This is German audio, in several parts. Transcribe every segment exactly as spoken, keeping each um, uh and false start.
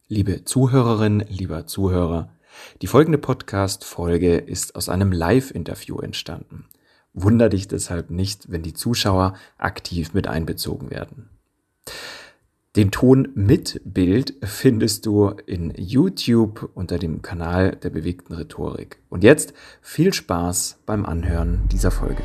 Liebe Zuhörerin, lieber Zuhörer, die folgende Podcast-Folge ist aus einem Live-Interview entstanden. Wunder dich deshalb nicht, wenn die Zuschauer aktiv mit einbezogen werden. Den Ton mit Bild findest du in YouTube unter dem Kanal der bewegten Rhetorik. Und jetzt viel Spaß beim Anhören dieser Folge.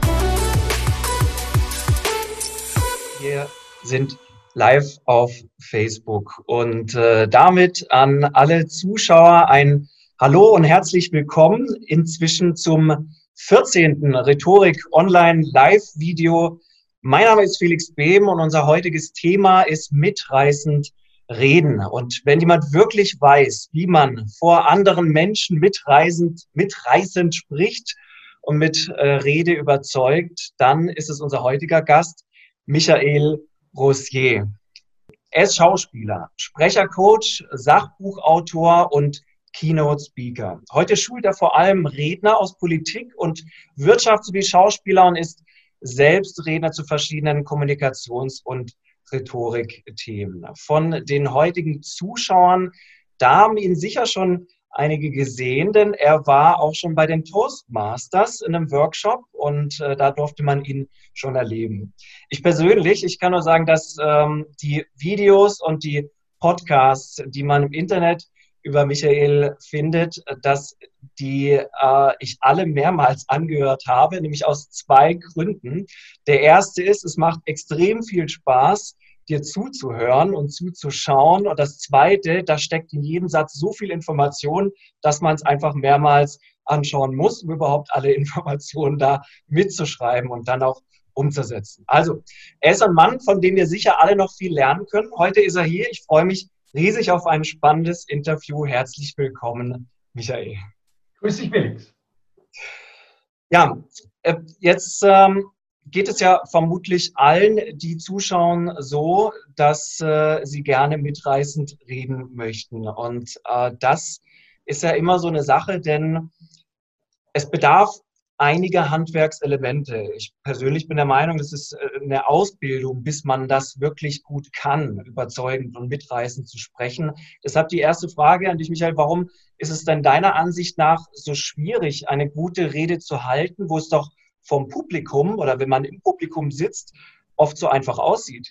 Wir sind live auf Facebook und äh, damit an alle Zuschauer ein Hallo und herzlich willkommen inzwischen zum vierzehnten Rhetorik Online Live-Video. Mein Name ist Felix Behm und unser heutiges Thema ist mitreißend reden. Und wenn jemand wirklich weiß, wie man vor anderen Menschen mitreißend, mitreißend spricht und mit äh, Rede überzeugt, dann ist es unser heutiger Gast, Michael Rosier. Er ist Schauspieler, Sprechercoach, Sachbuchautor und Keynote-Speaker. Heute schult er vor allem Redner aus Politik und Wirtschaft sowie Schauspieler und ist selbst Redner zu verschiedenen Kommunikations- und Rhetorikthemen. Von den heutigen Zuschauern, da haben ihn sicher schon einige gesehen, denn er war auch schon bei den Toastmasters in einem Workshop und äh, da durfte man ihn schon erleben. Ich persönlich, ich kann nur sagen, dass ähm, die Videos und die Podcasts, die man im Internet über Michael findet, dass die äh, ich alle mehrmals angehört habe, nämlich aus zwei Gründen. Der erste ist, es macht extrem viel Spaß, dir zuzuhören und zuzuschauen. Und das Zweite, da steckt in jedem Satz so viel Information, dass man es einfach mehrmals anschauen muss, um überhaupt alle Informationen da mitzuschreiben und dann auch umzusetzen. Also, er ist ein Mann, von dem wir sicher alle noch viel lernen können. Heute ist er hier. Ich freue mich riesig auf ein spannendes Interview. Herzlich willkommen, Michael. Grüß dich, Felix. Ja, jetzt ähm, geht es ja vermutlich allen, die zuschauen, so, dass äh, sie gerne mitreißend reden möchten. Und äh, das ist ja immer so eine Sache, denn es bedarf einiger Handwerkselemente. Ich persönlich bin der Meinung, das ist eine Ausbildung, bis man das wirklich gut kann, überzeugend und mitreißend zu sprechen. Deshalb die erste Frage an dich, Michael, warum ist es denn deiner Ansicht nach so schwierig, eine gute Rede zu halten, wo es doch vom Publikum oder wenn man im Publikum sitzt, oft so einfach aussieht?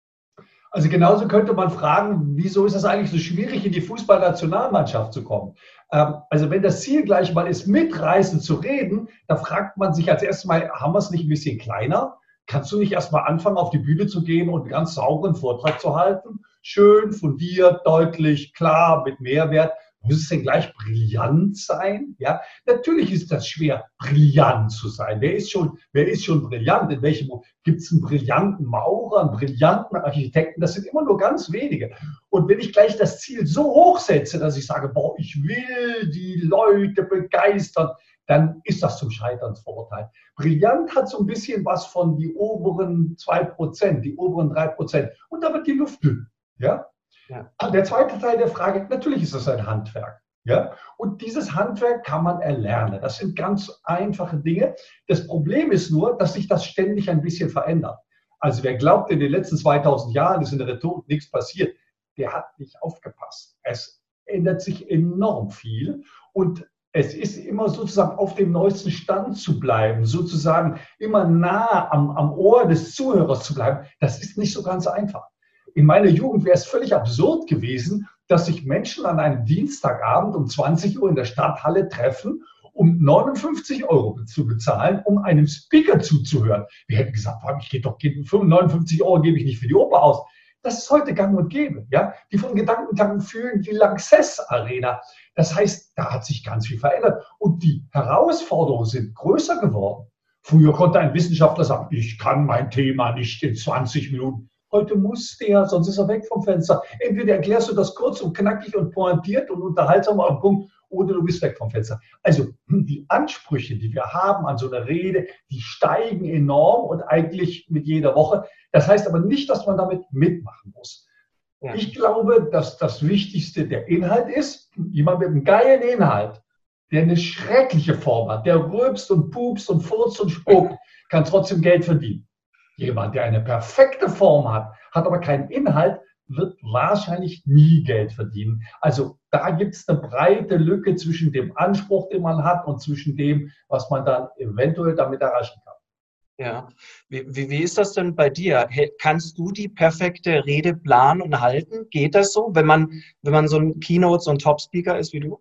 Also genauso könnte man fragen, wieso ist es eigentlich so schwierig, in die Fußballnationalmannschaft zu kommen? Ähm, also wenn das Ziel gleich mal ist, mitreißend zu reden, da fragt man sich als erstes mal, haben wir es nicht ein bisschen kleiner? Kannst du nicht erst mal anfangen, auf die Bühne zu gehen und einen ganz sauberen Vortrag zu halten? Schön, fundiert, deutlich, klar, mit Mehrwert. Muss es denn gleich brillant sein? Ja, natürlich ist das schwer, brillant zu sein. Wer ist schon, wer ist schon brillant? In welchem gibt es einen brillanten Maurer, einen brillanten Architekten? Das sind immer nur ganz wenige. Und wenn ich gleich das Ziel so hoch setze, dass ich sage, boah, ich will die Leute begeistern, dann ist das zum Scheitern verurteilt. Brillant hat so ein bisschen was von die oberen zwei Prozent, die oberen drei Prozent. Und da wird die Luft dünn. Ja? Ja. Der zweite Teil der Frage, natürlich ist das ein Handwerk. Ja? Und dieses Handwerk kann man erlernen. Das sind ganz einfache Dinge. Das Problem ist nur, dass sich das ständig ein bisschen verändert. Also wer glaubt, in den letzten zweitausend Jahren ist in der Rhetorik nichts passiert, der hat nicht aufgepasst. Es ändert sich enorm viel und es ist immer sozusagen auf dem neuesten Stand zu bleiben, sozusagen immer nah am, am Ohr des Zuhörers zu bleiben. Das ist nicht so ganz einfach. In meiner Jugend wäre es völlig absurd gewesen, dass sich Menschen an einem Dienstagabend um zwanzig Uhr in der Stadthalle treffen, um neunundfünfzig Euro zu bezahlen, um einem Speaker zuzuhören. Wir hätten gesagt, ich gehe doch neunundfünfzig Euro gebe ich nicht für die Oper aus. Das ist heute gang und gäbe. Ja? Die von Gedankentanken fühlen die Lanxess Arena. Das heißt, da hat sich ganz viel verändert. Und die Herausforderungen sind größer geworden. Früher konnte ein Wissenschaftler sagen, ich kann mein Thema nicht in zwanzig Minuten. Heute muss der, sonst ist er weg vom Fenster. Entweder erklärst du das kurz und knackig und pointiert und unterhaltsam auf den Punkt, oder du bist weg vom Fenster. Also die Ansprüche, die wir haben an so einer Rede, die steigen enorm und eigentlich mit jeder Woche. Das heißt aber nicht, dass man damit mitmachen muss. Ja. Ich glaube, dass das Wichtigste der Inhalt ist. Jemand mit einem geilen Inhalt, der eine schreckliche Form hat, der rülpst und pupst und furzt und spuckt, kann trotzdem Geld verdienen. Jemand, der eine perfekte Form hat, hat aber keinen Inhalt, wird wahrscheinlich nie Geld verdienen. Also da gibt es eine breite Lücke zwischen dem Anspruch, den man hat, und zwischen dem, was man dann eventuell damit erreichen kann. Ja, wie, wie, wie ist das denn bei dir? He- Kannst du die perfekte Rede planen und halten? Geht das so, wenn man, wenn man so ein Keynote, so ein Top-Speaker ist wie du?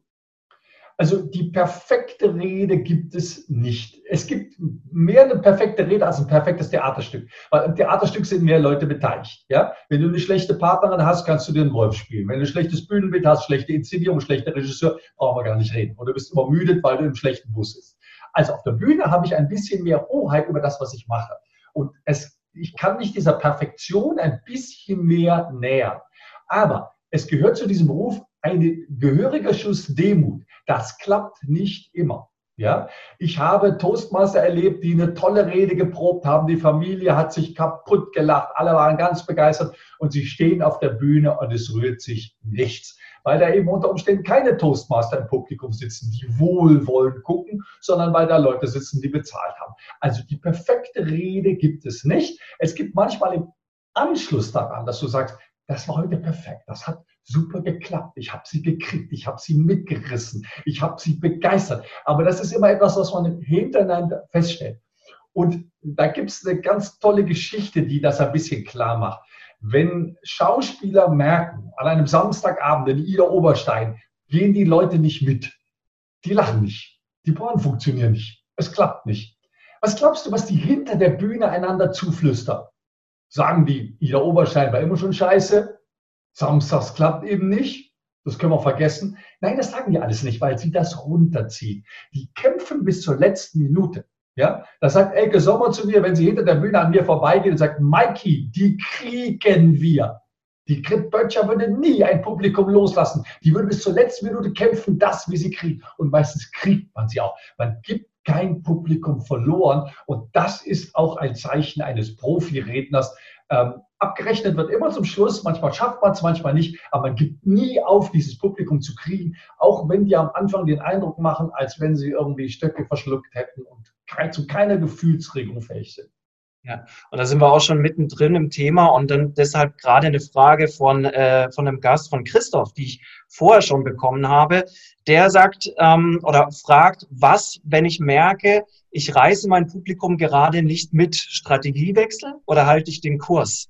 Also die perfekte Rede gibt es nicht. Es gibt mehr eine perfekte Rede als ein perfektes Theaterstück. Weil im Theaterstück sind mehr Leute beteiligt. Ja? Wenn du eine schlechte Partnerin hast, kannst du den Wolf spielen. Wenn du ein schlechtes Bühnenbild hast, schlechte Inszenierung, schlechter Regisseur, brauchen wir gar nicht reden. Oder du bist übermüdet, weil du im schlechten Bus bist. Also auf der Bühne habe ich ein bisschen mehr Hoheit über das, was ich mache. Und es, ich kann mich dieser Perfektion ein bisschen mehr nähern. Aber es gehört zu diesem Beruf ein gehöriger Schuss Demut. Das klappt nicht immer. Ja? Ich habe Toastmaster erlebt, die eine tolle Rede geprobt haben. Die Familie hat sich kaputt gelacht. Alle waren ganz begeistert. Und sie stehen auf der Bühne und es rührt sich nichts. Weil da eben unter Umständen keine Toastmaster im Publikum sitzen, die wohlwollend gucken, sondern weil da Leute sitzen, die bezahlt haben. Also die perfekte Rede gibt es nicht. Es gibt manchmal im Anschluss daran, dass du sagst, das war heute perfekt, das hat super geklappt, ich habe sie gekriegt, ich habe sie mitgerissen, ich habe sie begeistert. Aber das ist immer etwas, was man hintereinander feststellt. Und da gibt es eine ganz tolle Geschichte, die das ein bisschen klar macht. Wenn Schauspieler merken, an einem Samstagabend in Ida Oberstein, gehen die Leute nicht mit. Die lachen nicht. Die Poren funktionieren nicht. Es klappt nicht. Was glaubst du, was die hinter der Bühne einander zuflüstern? Sagen die, Ida Oberstein war immer schon scheiße, samstags klappt eben nicht, das können wir vergessen. Nein, das sagen die alles nicht, weil sie das runterziehen. Die kämpfen bis zur letzten Minute. Ja, da sagt Elke Sommer zu mir, wenn sie hinter der Bühne an mir vorbeigeht und sagt, Mikey, die kriegen wir. Die Grit Böttcher würde nie ein Publikum loslassen. Die würde bis zur letzten Minute kämpfen, das, wie sie kriegt. Und meistens kriegt man sie auch. Man gibt kein Publikum verloren. Und das ist auch ein Zeichen eines Profiredners. Ähm, abgerechnet wird immer zum Schluss. Manchmal schafft man es, manchmal nicht. Aber man gibt nie auf, dieses Publikum zu kriegen. Auch wenn die am Anfang den Eindruck machen, als wenn sie irgendwie Stöcke verschluckt hätten und zu keiner Gefühlsregung fähig sind. Ja, und da sind wir auch schon mittendrin im Thema und dann deshalb gerade eine Frage von, äh, von einem Gast, von Christoph, die ich vorher schon bekommen habe. Der sagt ähm, oder fragt, was, wenn ich merke, ich reiße mein Publikum gerade nicht mit, Strategiewechsel oder halte ich den Kurs?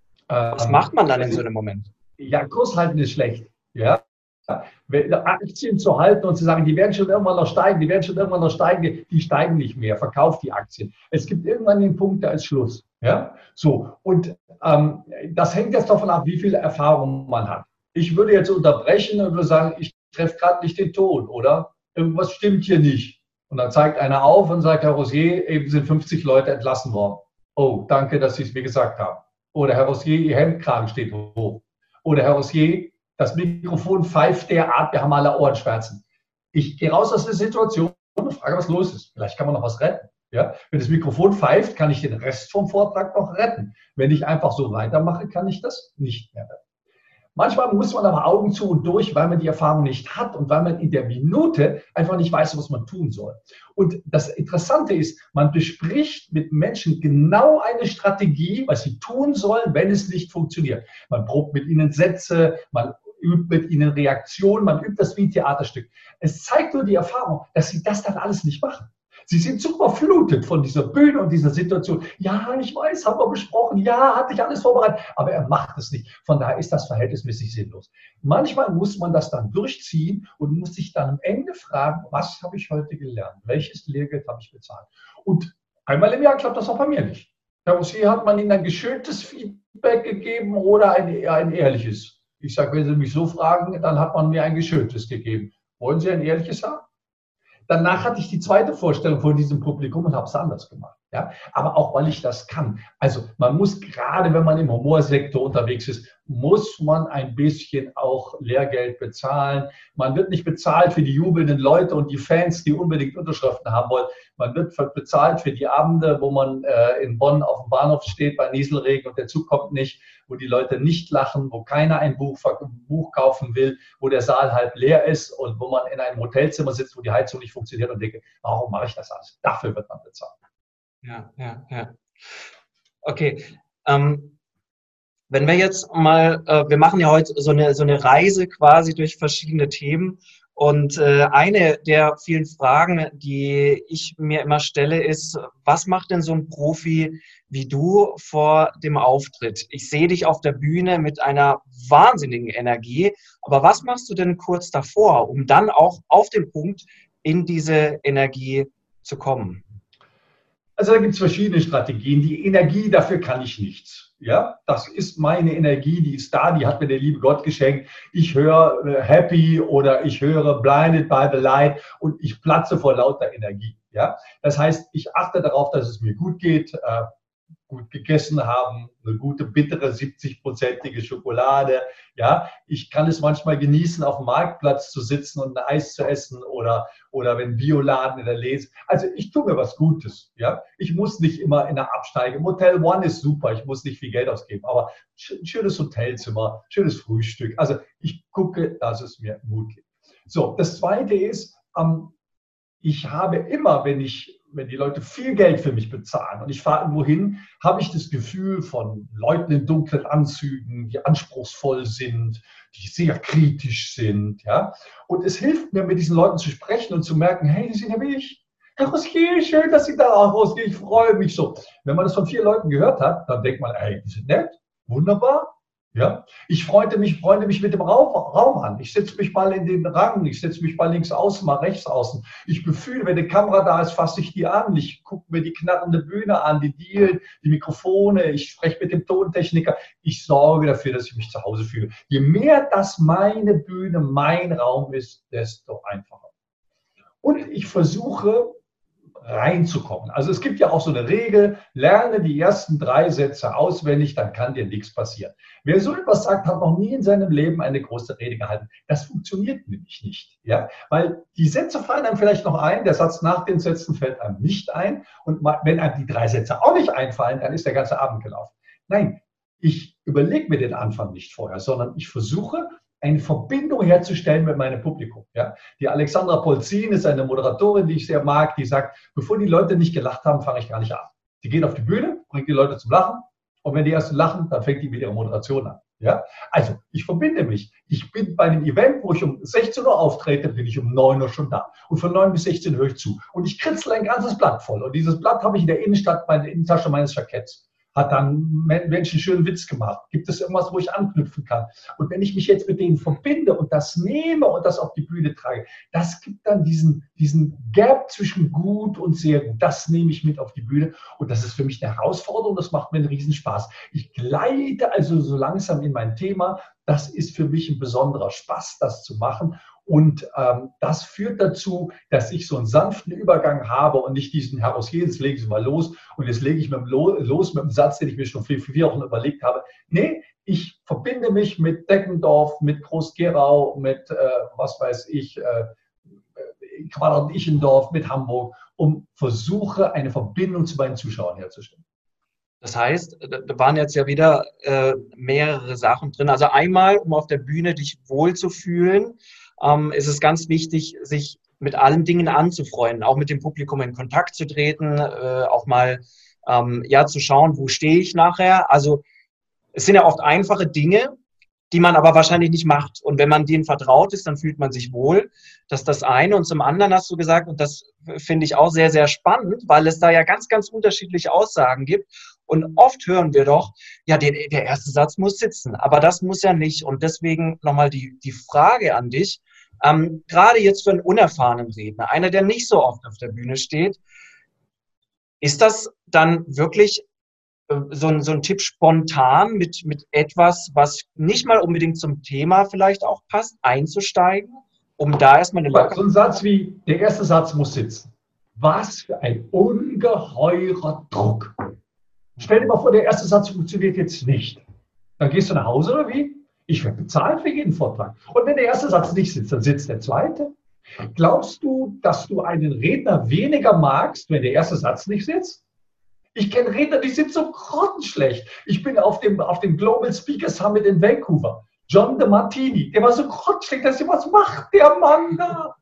Was Ähm, macht man dann in so einem Moment? Ja, Kurs halten ist schlecht. Ja. Aktien zu halten und zu sagen, die werden schon irgendwann noch steigen, die werden schon irgendwann noch steigen, die steigen nicht mehr, verkauft die Aktien. Es gibt irgendwann den Punkt, da ist Schluss. Ja? So, und ähm, das hängt jetzt davon ab, wie viel Erfahrung man hat. Ich würde jetzt unterbrechen und würde sagen, ich treffe gerade nicht den Ton, oder? Irgendwas stimmt hier nicht. Und dann zeigt einer auf und sagt, Herr Rosier, eben sind fünfzig Leute entlassen worden. Oh, danke, dass Sie es mir gesagt haben. Oder Herr Rosier, Ihr Hemdkragen steht hoch. Oder Herr Rosier, das Mikrofon pfeift derart, wir haben alle Ohrenschmerzen. Ich gehe raus aus der Situation und frage, was los ist. Vielleicht kann man noch was retten. Ja? Wenn das Mikrofon pfeift, kann ich den Rest vom Vortrag noch retten. Wenn ich einfach so weitermache, kann ich das nicht mehr retten. Manchmal muss man aber Augen zu und durch, weil man die Erfahrung nicht hat und weil man in der Minute einfach nicht weiß, was man tun soll. Und das Interessante ist, man bespricht mit Menschen genau eine Strategie, was sie tun sollen, wenn es nicht funktioniert. Man probt mit ihnen Sätze, man übt mit ihnen Reaktionen, man übt das wie ein Theaterstück. Es zeigt nur die Erfahrung, dass sie das dann alles nicht machen. Sie sind so überflutet von dieser Bühne und dieser Situation. Ja, ich weiß, haben wir besprochen. Ja, hatte ich alles vorbereitet. Aber er macht es nicht. Von daher ist das verhältnismäßig sinnlos. Manchmal muss man das dann durchziehen und muss sich dann am Ende fragen, was habe ich heute gelernt? Welches Lehrgeld habe ich bezahlt? Und einmal im Jahr klappt das auch bei mir nicht. Herr Rosier, hat man Ihnen ein geschöntes Feedback gegeben oder ein, ein ehrliches? Ich sage, wenn Sie mich so fragen, dann hat man mir ein geschöntes gegeben. Wollen Sie ein ehrliches haben? Danach hatte ich die zweite Vorstellung von diesem Publikum und habe es anders gemacht. Ja? Aber auch, weil ich das kann. Also man muss, gerade wenn man im Humorsektor unterwegs ist, muss man ein bisschen auch Lehrgeld bezahlen. Man wird nicht bezahlt für die jubelnden Leute und die Fans, die unbedingt Unterschriften haben wollen. Man wird bezahlt für die Abende, wo man äh, in Bonn auf dem Bahnhof steht bei Nieselregen und der Zug kommt nicht, wo die Leute nicht lachen, wo keiner ein Buch, Buch kaufen will, wo der Saal halb leer ist und wo man in einem Hotelzimmer sitzt, wo die Heizung nicht funktioniert und denke, warum mache ich das alles? Dafür wird man bezahlt. Ja, ja, ja. Okay. Ähm, Wenn wir jetzt mal, äh, wir machen ja heute so eine, so eine Reise quasi durch verschiedene Themen. Und äh, eine der vielen Fragen, die ich mir immer stelle, ist, was macht denn so ein Profi wie du vor dem Auftritt? Ich sehe dich auf der Bühne mit einer wahnsinnigen Energie, aber was machst du denn kurz davor, um dann auch auf den Punkt in diese Energie zu kommen? Also da gibt es verschiedene Strategien. Die Energie, dafür kann ich nichts. Ja, das ist meine Energie, die ist da, die hat mir der liebe Gott geschenkt. Ich höre äh, Happy oder ich höre Blinded by the Light und ich platze vor lauter Energie. Ja, das heißt, ich achte darauf, dass es mir gut geht, äh, gut gegessen haben, eine gute bittere siebzig-prozentige Schokolade. Ja, ich kann es manchmal genießen, auf dem Marktplatz zu sitzen und ein Eis zu essen oder, oder wenn Bioladen in der Lese. Also ich tue mir was Gutes. Ja, ich muss nicht immer in der Absteige. Motel One ist super, ich muss nicht viel Geld ausgeben, aber ein schönes Hotelzimmer, schönes Frühstück. Also ich gucke, dass es mir gut geht. So, das Zweite ist, ähm, ich habe immer, wenn ich wenn die Leute viel Geld für mich bezahlen und ich fahre irgendwo hin, habe ich das Gefühl von Leuten in dunklen Anzügen, die anspruchsvoll sind, die sehr kritisch sind. Ja? Und es hilft mir, mit diesen Leuten zu sprechen und zu merken, hey, die sind ja wie ich. Herr Roskier, schön, dass Sie da rausgehen, ich freue mich so. Wenn man das von vier Leuten gehört hat, dann denkt man, hey, die sind nett, wunderbar. Ja, ich freunde mich, freunde mich mit dem Raum, Raum an. Ich setze mich mal in den Rang, ich setze mich mal links außen, mal rechts außen. Ich befühle, wenn die Kamera da ist, fasse ich die an. Ich gucke mir die knarrende Bühne an, die Dielen, die Mikrofone. Ich spreche mit dem Tontechniker. Ich sorge dafür, dass ich mich zu Hause fühle. Je mehr das meine Bühne, mein Raum ist, desto einfacher. Und ich versuche, reinzukommen. Also es gibt ja auch so eine Regel, lerne die ersten drei Sätze auswendig, dann kann dir nichts passieren. Wer so etwas sagt, hat noch nie in seinem Leben eine große Rede gehalten. Das funktioniert nämlich nicht, ja, weil die Sätze fallen einem vielleicht noch ein, der Satz nach den Sätzen fällt einem nicht ein und wenn einem die drei Sätze auch nicht einfallen, dann ist der ganze Abend gelaufen. Nein, ich überlege mir den Anfang nicht vorher, sondern ich versuche, eine Verbindung herzustellen mit meinem Publikum. Ja? Die Alexandra Polzin ist eine Moderatorin, die ich sehr mag, die sagt, bevor die Leute nicht gelacht haben, fange ich gar nicht an. Die geht auf die Bühne, bringt die Leute zum Lachen und wenn die ersten lachen, dann fängt die mit ihrer Moderation an. Ja? Also, ich verbinde mich. Ich bin bei einem Event, wo ich um sechzehn Uhr auftrete, bin ich um neun Uhr schon da. Und von neun bis sechzehn höre ich zu. Und ich kritzel ein ganzes Blatt voll. Und dieses Blatt habe ich in der Innenstadt, in der Innentasche meines Jacketts. Hat dann Menschen einen schönen Witz gemacht? Gibt es irgendwas, wo ich anknüpfen kann? Und wenn ich mich jetzt mit denen verbinde und das nehme und das auf die Bühne trage, das gibt dann diesen, diesen Gap zwischen gut und sehr gut. Das nehme ich mit auf die Bühne und das ist für mich eine Herausforderung, das macht mir einen Riesenspaß. Ich gleite also so langsam in mein Thema. Das ist für mich ein besonderer Spaß, das zu machen. Und ähm, das führt dazu, dass ich so einen sanften Übergang habe und nicht diesen heraus, jetzt lege ich mal los und jetzt lege ich mit dem Lo los mit dem Satz, den ich mir schon für vier Wochen überlegt habe. Nee, ich verbinde mich mit Deggendorf, mit Groß-Gerau, mit, äh, was weiß ich, äh, Quadrat-Ichendorf, mit Hamburg, um versuche, eine Verbindung zu meinen Zuschauern herzustellen. Das heißt, da waren jetzt ja wieder äh, mehrere Sachen drin. Also einmal, um auf der Bühne dich wohlzufühlen, ähm, ist es ganz wichtig, sich mit allen Dingen anzufreunden, auch mit dem Publikum in Kontakt zu treten, äh, auch mal ähm, ja, zu schauen, wo stehe ich nachher. Also es sind ja oft einfache Dinge, die man aber wahrscheinlich nicht macht. Und wenn man denen vertraut ist, dann fühlt man sich wohl. Das ist das eine. Und zum anderen hast du gesagt, und das finde ich auch sehr, sehr spannend, weil es da ja ganz, ganz unterschiedliche Aussagen gibt. Und oft hören wir doch, ja, der, der erste Satz muss sitzen. Aber das muss ja nicht. Und deswegen nochmal die, die Frage an dich. Ähm, gerade jetzt für einen unerfahrenen Redner, einer, der nicht so oft auf der Bühne steht, ist das dann wirklich so ein, so ein Tipp spontan mit, mit etwas, was nicht mal unbedingt zum Thema vielleicht auch passt, einzusteigen, um da erstmal eine Lockerheit... So ein Satz wie, der erste Satz muss sitzen. Was für ein ungeheurer Druck. Stell dir mal vor, der erste Satz funktioniert jetzt nicht. Dann gehst du nach Hause oder wie? Ich werde bezahlt für jeden Vortrag. Und wenn der erste Satz nicht sitzt, dann sitzt der zweite. Glaubst du, dass du einen Redner weniger magst, wenn der erste Satz nicht sitzt? Ich kenne Redner, die sind so grottenschlecht. Ich bin auf dem, auf dem Global Speaker Summit in Vancouver. John DeMartini, der war so grottenschlecht, dass er was macht, der Mann da.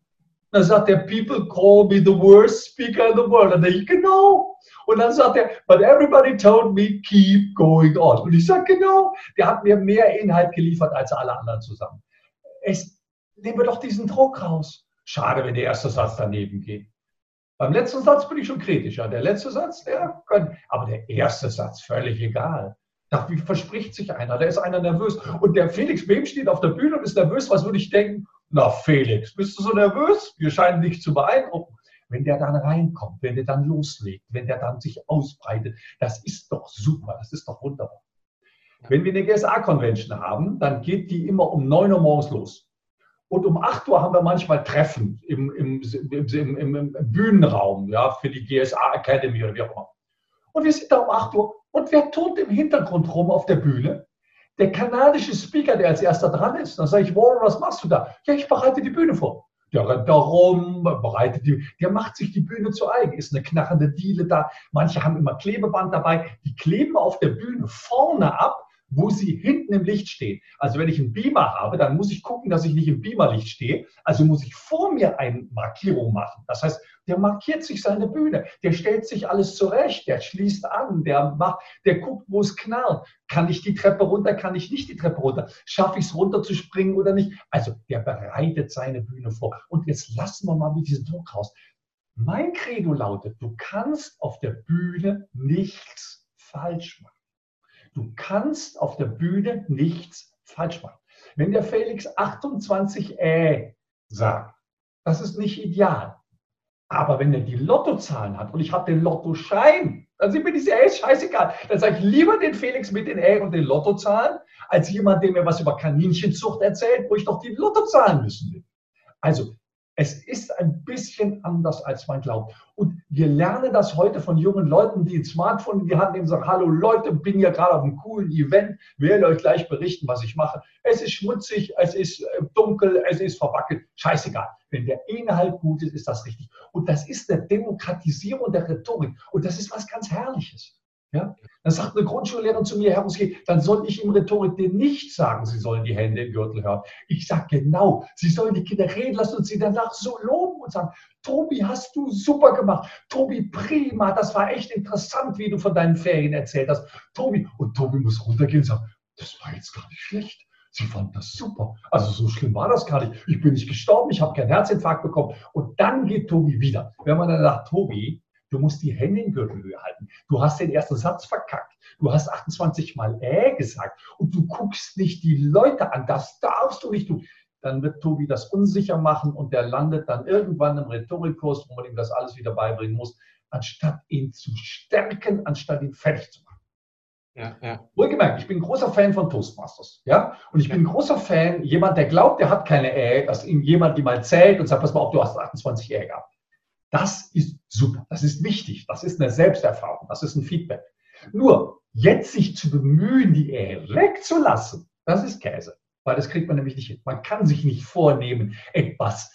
dann sagt er, people call me the worst speaker in the world. Dann denke ich, genau. Und dann sagt er, but everybody told me, keep going on. Und ich sage, genau, der hat mir mehr Inhalt geliefert als alle anderen zusammen. Es, nehmen wir doch diesen Druck raus. Schade, wenn der erste Satz daneben geht. Beim letzten Satz bin ich schon kritischer. Der letzte Satz, der kann, aber der erste Satz, völlig egal. Da verspricht sich einer, da ist einer nervös. Und der Felix Behm steht auf der Bühne und ist nervös. Was würde ich denken? Na Felix, bist du so nervös? Wir scheinen dich zu beeindrucken. Wenn der dann reinkommt, wenn der dann loslegt, wenn der dann sich ausbreitet, das ist doch super, das ist doch wunderbar. Wenn wir eine G S A-Convention haben, dann geht die immer um neun Uhr morgens los. Und um acht Uhr haben wir manchmal Treffen im, im, im, im, im Bühnenraum, ja, für die G S A Academy oder wie auch immer. Und wir sind da um acht Uhr. Und wer tut im Hintergrund rum auf der Bühne? Der kanadische Speaker, der als erster dran ist. Dann sage ich, Warren, was machst du da? Ja, ich bereite die Bühne vor. Der rennt da rum, bereitet die, der macht sich die Bühne zu eigen. Ist eine knarrende Diele da. Manche haben immer Klebeband dabei. Die kleben auf der Bühne vorne ab, wo sie hinten im Licht stehen. Also wenn ich einen Beamer habe, dann muss ich gucken, dass ich nicht im Beamerlicht stehe. Also muss ich vor mir eine Markierung machen. Das heißt, der markiert sich seine Bühne, der stellt sich alles zurecht, der schließt an, der macht, der guckt, wo es knallt. Kann ich die Treppe runter, kann ich nicht die Treppe runter? Schaffe ich es runter zu springen oder nicht? Also der bereitet seine Bühne vor. Und jetzt lassen wir mal mit diesem Druck raus. Mein Credo lautet, du kannst auf der Bühne nichts falsch machen. Du kannst auf der Bühne nichts falsch machen. Wenn der Felix achtundzwanzig äh sagt, das ist nicht ideal. Aber wenn er die Lottozahlen hat und ich habe den Lottoschein, dann sind mir diese Äs scheißegal. Dann sage ich lieber den Felix mit den Ä und den Lottozahlen, als jemand, der mir was über Kaninchenzucht erzählt, wo ich doch die Lottozahlen wissen will. Also, es ist ein bisschen anders, als man glaubt. Und wir lernen das heute von jungen Leuten, die ein Smartphone in die Hand nehmen und sagen, hallo Leute, bin hier gerade auf einem coolen Event, werde euch gleich berichten, was ich mache. Es ist schmutzig, es ist dunkel, es ist verwackelt, scheißegal. Wenn der Inhalt gut ist, ist das richtig. Und das ist eine Demokratisierung der Rhetorik. Und das ist was ganz Herrliches. Ja? Dann sagt eine Grundschullehrerin zu mir, Herr Ruski, dann soll ich im Rhetorik dir nicht sagen, Sie sollen die Hände im Gürtel hören. Ich sage genau, Sie sollen die Kinder reden lassen und sie danach so loben und sagen, Tobi, hast du super gemacht. Tobi, prima, das war echt interessant, wie du von deinen Ferien erzählt hast. Tobi, und Tobi muss runtergehen und sagen, das war jetzt gar nicht schlecht. Sie fanden das super. Also so schlimm war das gar nicht. Ich bin nicht gestorben, ich habe keinen Herzinfarkt bekommen. Und dann geht Tobi wieder. Wenn man dann sagt, Tobi, du musst die Hände in Gürtelhöhe halten. Du hast den ersten Satz verkackt. Du hast achtundzwanzig Mal äh gesagt und du guckst nicht die Leute an. Das darfst du nicht tun. Dann wird Tobi das unsicher machen und der landet dann irgendwann im Rhetorikkurs, wo man ihm das alles wieder beibringen muss, anstatt ihn zu stärken, anstatt ihn fertig zu machen. Ja, ja. Wohlgemerkt, ich bin ein großer Fan von Toastmasters. Ja? Und ich bin ein großer Fan, jemand, der glaubt, der hat keine äh, dass ihm jemand die mal zählt und sagt, pass mal auf, du hast achtundzwanzig äh gehabt. Das ist super, das ist wichtig, das ist eine Selbsterfahrung, das ist ein Feedback. Nur, jetzt sich zu bemühen, die Ä wegzulassen, das ist Käse, weil das kriegt man nämlich nicht hin. Man kann sich nicht vornehmen, etwas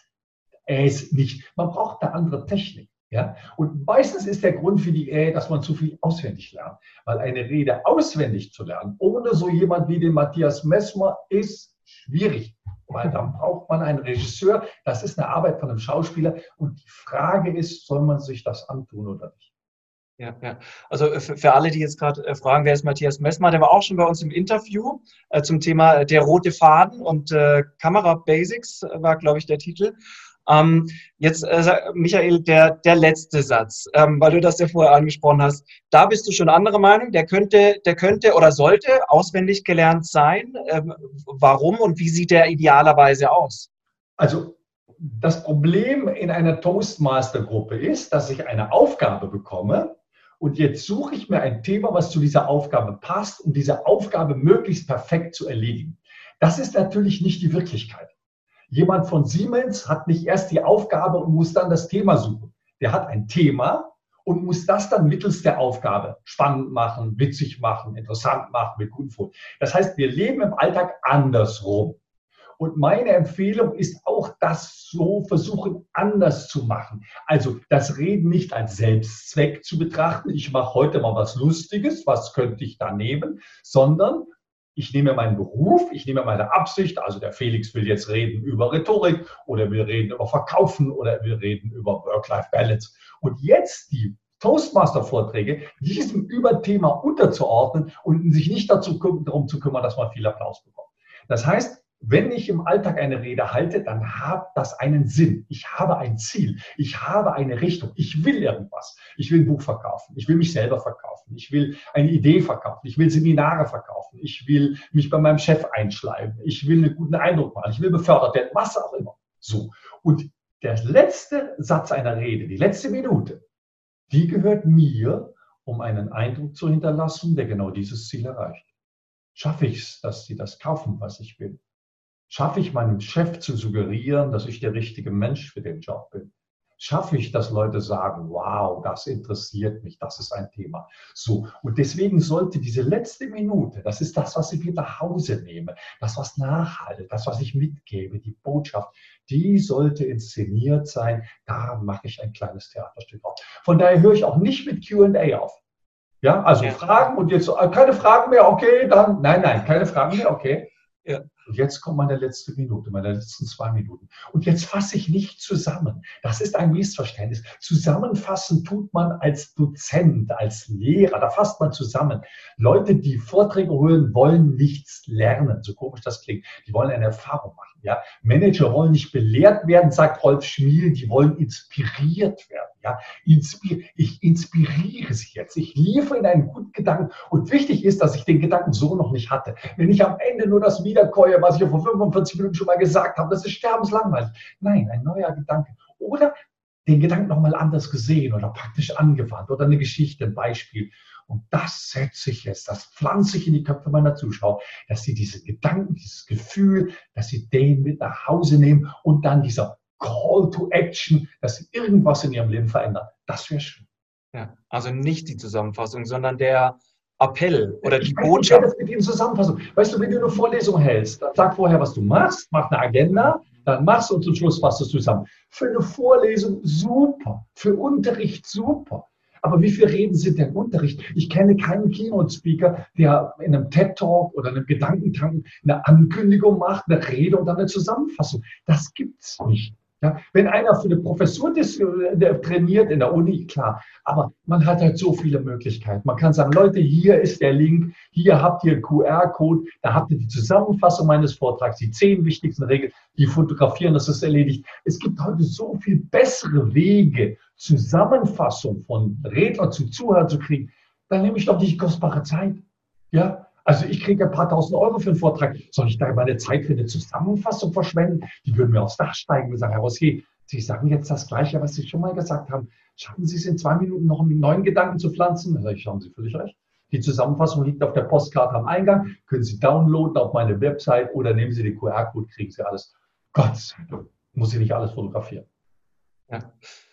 Äs nicht. Man braucht eine andere Technik. Ja? Und meistens ist der Grund für die Ä, dass man zu viel auswendig lernt. Weil eine Rede auswendig zu lernen, ohne so jemand wie den Matthias Messmer, ist schwierig. Weil dann braucht man einen Regisseur. Das ist eine Arbeit von einem Schauspieler. Und die Frage ist, soll man sich das antun oder nicht? Ja, ja. Also für, für alle, die jetzt gerade äh, fragen, wer ist Matthias Messmer, der war auch schon bei uns im Interview äh, zum Thema äh, der rote Faden und äh, Kamera Basics äh, war, glaube ich, der Titel. Ähm, jetzt, äh, Michael, der, der letzte Satz, ähm, weil du das ja vorher angesprochen hast, da bist du schon anderer Meinung, der könnte, der könnte oder sollte auswendig gelernt sein. Ähm, warum und wie sieht der idealerweise aus? Also das Problem in einer Toastmaster-Gruppe ist, dass ich eine Aufgabe bekomme und jetzt suche ich mir ein Thema, was zu dieser Aufgabe passt, um diese Aufgabe möglichst perfekt zu erledigen. Das ist natürlich nicht die Wirklichkeit. Jemand von Siemens hat nicht erst die Aufgabe und muss dann das Thema suchen. Der hat ein Thema und muss das dann mittels der Aufgabe spannend machen, witzig machen, interessant machen, mit guten Fotos. Das heißt, wir leben im Alltag andersrum. Und meine Empfehlung ist auch, das so versuchen, anders zu machen. Also das Reden nicht als Selbstzweck zu betrachten. Ich mache heute mal was Lustiges, was könnte ich da nehmen, sondern Ich nehme meinen Beruf, ich nehme meine Absicht, also der Felix will jetzt reden über Rhetorik oder wir reden über Verkaufen oder wir reden über Work-Life-Balance. Und jetzt die Toastmaster-Vorträge diesem Überthema unterzuordnen und sich nicht dazu, darum zu kümmern, dass man viel Applaus bekommt. Das heißt, wenn ich im Alltag eine Rede halte, dann hat das einen Sinn. Ich habe ein Ziel. Ich habe eine Richtung. Ich will irgendwas. Ich will ein Buch verkaufen. Ich will mich selber verkaufen. Ich will eine Idee verkaufen. Ich will Seminare verkaufen. Ich will mich bei meinem Chef einschleimen. Ich will einen guten Eindruck machen. Ich will befördert werden. Was auch immer. So. Und der letzte Satz einer Rede, die letzte Minute, die gehört mir, um einen Eindruck zu hinterlassen, der genau dieses Ziel erreicht. Schaffe ich es, dass sie das kaufen, was ich will? Schaffe ich meinem Chef zu suggerieren, dass ich der richtige Mensch für den Job bin? Schaffe ich, dass Leute sagen, wow, das interessiert mich, das ist ein Thema. So, und deswegen sollte diese letzte Minute, das ist das, was ich mit nach Hause nehme, das, was nachhaltet, das, was ich mitgebe, die Botschaft, die sollte inszeniert sein. Da mache ich ein kleines Theaterstück auf. Von daher höre ich auch nicht mit Q und A auf. Ja, also ja. Fragen und jetzt keine Fragen mehr, okay, dann, nein, nein, keine Fragen mehr, okay. Ja. Und jetzt kommt meine letzte Minute, meine letzten zwei Minuten. Und jetzt fasse ich nicht zusammen. Das ist ein Missverständnis. Zusammenfassen tut man als Dozent, als Lehrer. Da fasst man zusammen. Leute, die Vorträge hören, wollen nichts lernen. So komisch das klingt. Die wollen eine Erfahrung machen. Ja? Manager wollen nicht belehrt werden, sagt Rolf Schmiel. Die wollen inspiriert werden. Ja? Inspir ich inspiriere sie jetzt. Ich liefere ihnen einen guten Gedanken. Und wichtig ist, dass ich den Gedanken so noch nicht hatte. Wenn ich am Ende nur das wiederkäue, was ich vor fünfundvierzig Minuten schon mal gesagt habe, das ist sterbenslangweilig. Nein, ein neuer Gedanke. Oder den Gedanken nochmal anders gesehen oder praktisch angewandt oder eine Geschichte, ein Beispiel. Und das setze ich jetzt, das pflanze ich in die Köpfe meiner Zuschauer, dass sie diese Gedanken, dieses Gefühl, dass sie den mit nach Hause nehmen und dann dieser Call to Action, dass sie irgendwas in ihrem Leben verändern. Das wäre schön. Ja, also nicht die Zusammenfassung, sondern der Appell oder die ich Botschaft. Das mit Ihnen Zusammenfassung. Weißt du, wenn du eine Vorlesung hältst, dann sag vorher, was du machst, mach eine Agenda, dann machst du und zum Schluss fasst du es zusammen. Für eine Vorlesung super, für Unterricht super. Aber wie viele Reden sind denn Unterricht? Ich kenne keinen Keynote-Speaker, der in einem TED-Talk oder einem Gedankentanken eine Ankündigung macht, eine Rede und dann eine Zusammenfassung. Das gibt's nicht. Ja, wenn einer für eine Professur des, der trainiert in der Uni, klar. Aber man hat halt so viele Möglichkeiten. Man kann sagen, Leute, hier ist der Link, hier habt ihr einen Q R-Code, da habt ihr die Zusammenfassung meines Vortrags, die zehn wichtigsten Regeln, die fotografieren, das ist erledigt. Es gibt heute so viel bessere Wege, Zusammenfassung von Redner zu Zuhörern zu kriegen. Dann nehme ich doch die kostbare Zeit. Ja, also ich kriege ein paar tausend Euro für einen Vortrag. Soll ich da meine Zeit für eine Zusammenfassung verschwenden? Die würden mir aufs Dach steigen und sagen, Herr Rossier, Sie sagen jetzt das Gleiche, was Sie schon mal gesagt haben. Schaffen Sie es in zwei Minuten noch einen neuen Gedanken zu pflanzen? Da sage ich, schauen Sie völlig recht. Die Zusammenfassung liegt auf der Postkarte am Eingang. Können Sie downloaden auf meine Website oder nehmen Sie den Q R-Code, kriegen Sie alles. Gott sei Dank, muss ich nicht alles fotografieren. Ja.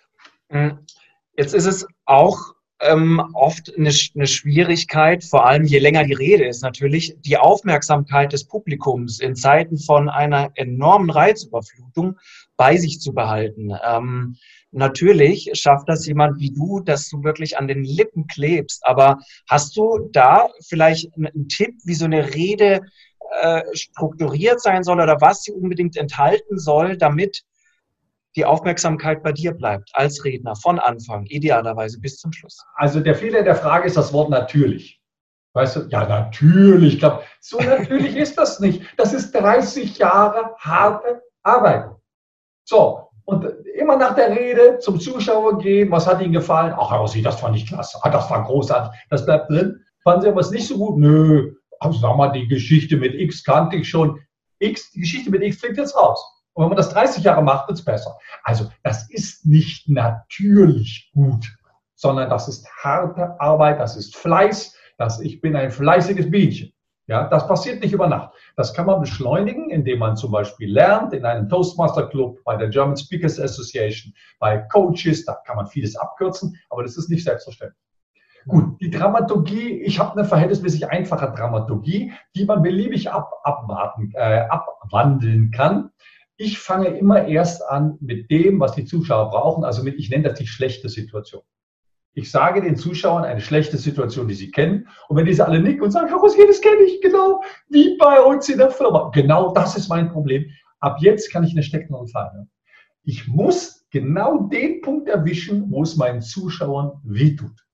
Jetzt ist es auch ähm, oft eine, eine Schwierigkeit, vor allem je länger die Rede ist natürlich, die Aufmerksamkeit des Publikums in Zeiten von einer enormen Reizüberflutung bei sich zu behalten. Ähm, natürlich schafft das jemand wie du, dass du wirklich an den Lippen klebst, aber hast du da vielleicht einen Tipp, wie so eine Rede äh, strukturiert sein soll oder was sie unbedingt enthalten soll, damit die Aufmerksamkeit bei dir bleibt, als Redner, von Anfang, idealerweise bis zum Schluss? Also der Fehler der Frage ist das Wort natürlich. Weißt du, ja natürlich, ich glaube, so natürlich ist das nicht. Das ist dreißig Jahre harte Arbeit. So, und immer nach der Rede zum Zuschauer gehen, was hat Ihnen gefallen? Ach, Herr Rossi, das fand ich klasse, ah, das war großartig, das bleibt drin. Fanden Sie aber es nicht so gut? Nö, also sag mal, die Geschichte mit X kannte ich schon. X, die Geschichte mit X fliegt jetzt raus. Und wenn man das dreißig Jahre macht, wird es besser. Also das ist nicht natürlich gut, sondern das ist harte Arbeit, das ist Fleiß, das, ich bin ein fleißiges Bienchen. Ja, das passiert nicht über Nacht. Das kann man beschleunigen, indem man zum Beispiel lernt in einem Toastmaster Club, bei der German Speakers Association, bei Coaches, da kann man vieles abkürzen, aber das ist nicht selbstverständlich. Gut, die Dramaturgie, ich habe eine verhältnismäßig einfache Dramaturgie, die man beliebig ab, abwarten, äh, abwandeln kann. Ich fange immer erst an mit dem, was die Zuschauer brauchen, also mit, ich nenne das die schlechte Situation. Ich sage den Zuschauern eine schlechte Situation, die sie kennen. Und wenn diese alle nicken und sagen, Herr Rosier, das kenne ich, genau, wie bei uns in der Firma. Genau das ist mein Problem. Ab jetzt kann ich eine Stecknadel fahren. Ich muss genau den Punkt erwischen, wo es meinen Zuschauern wehtut.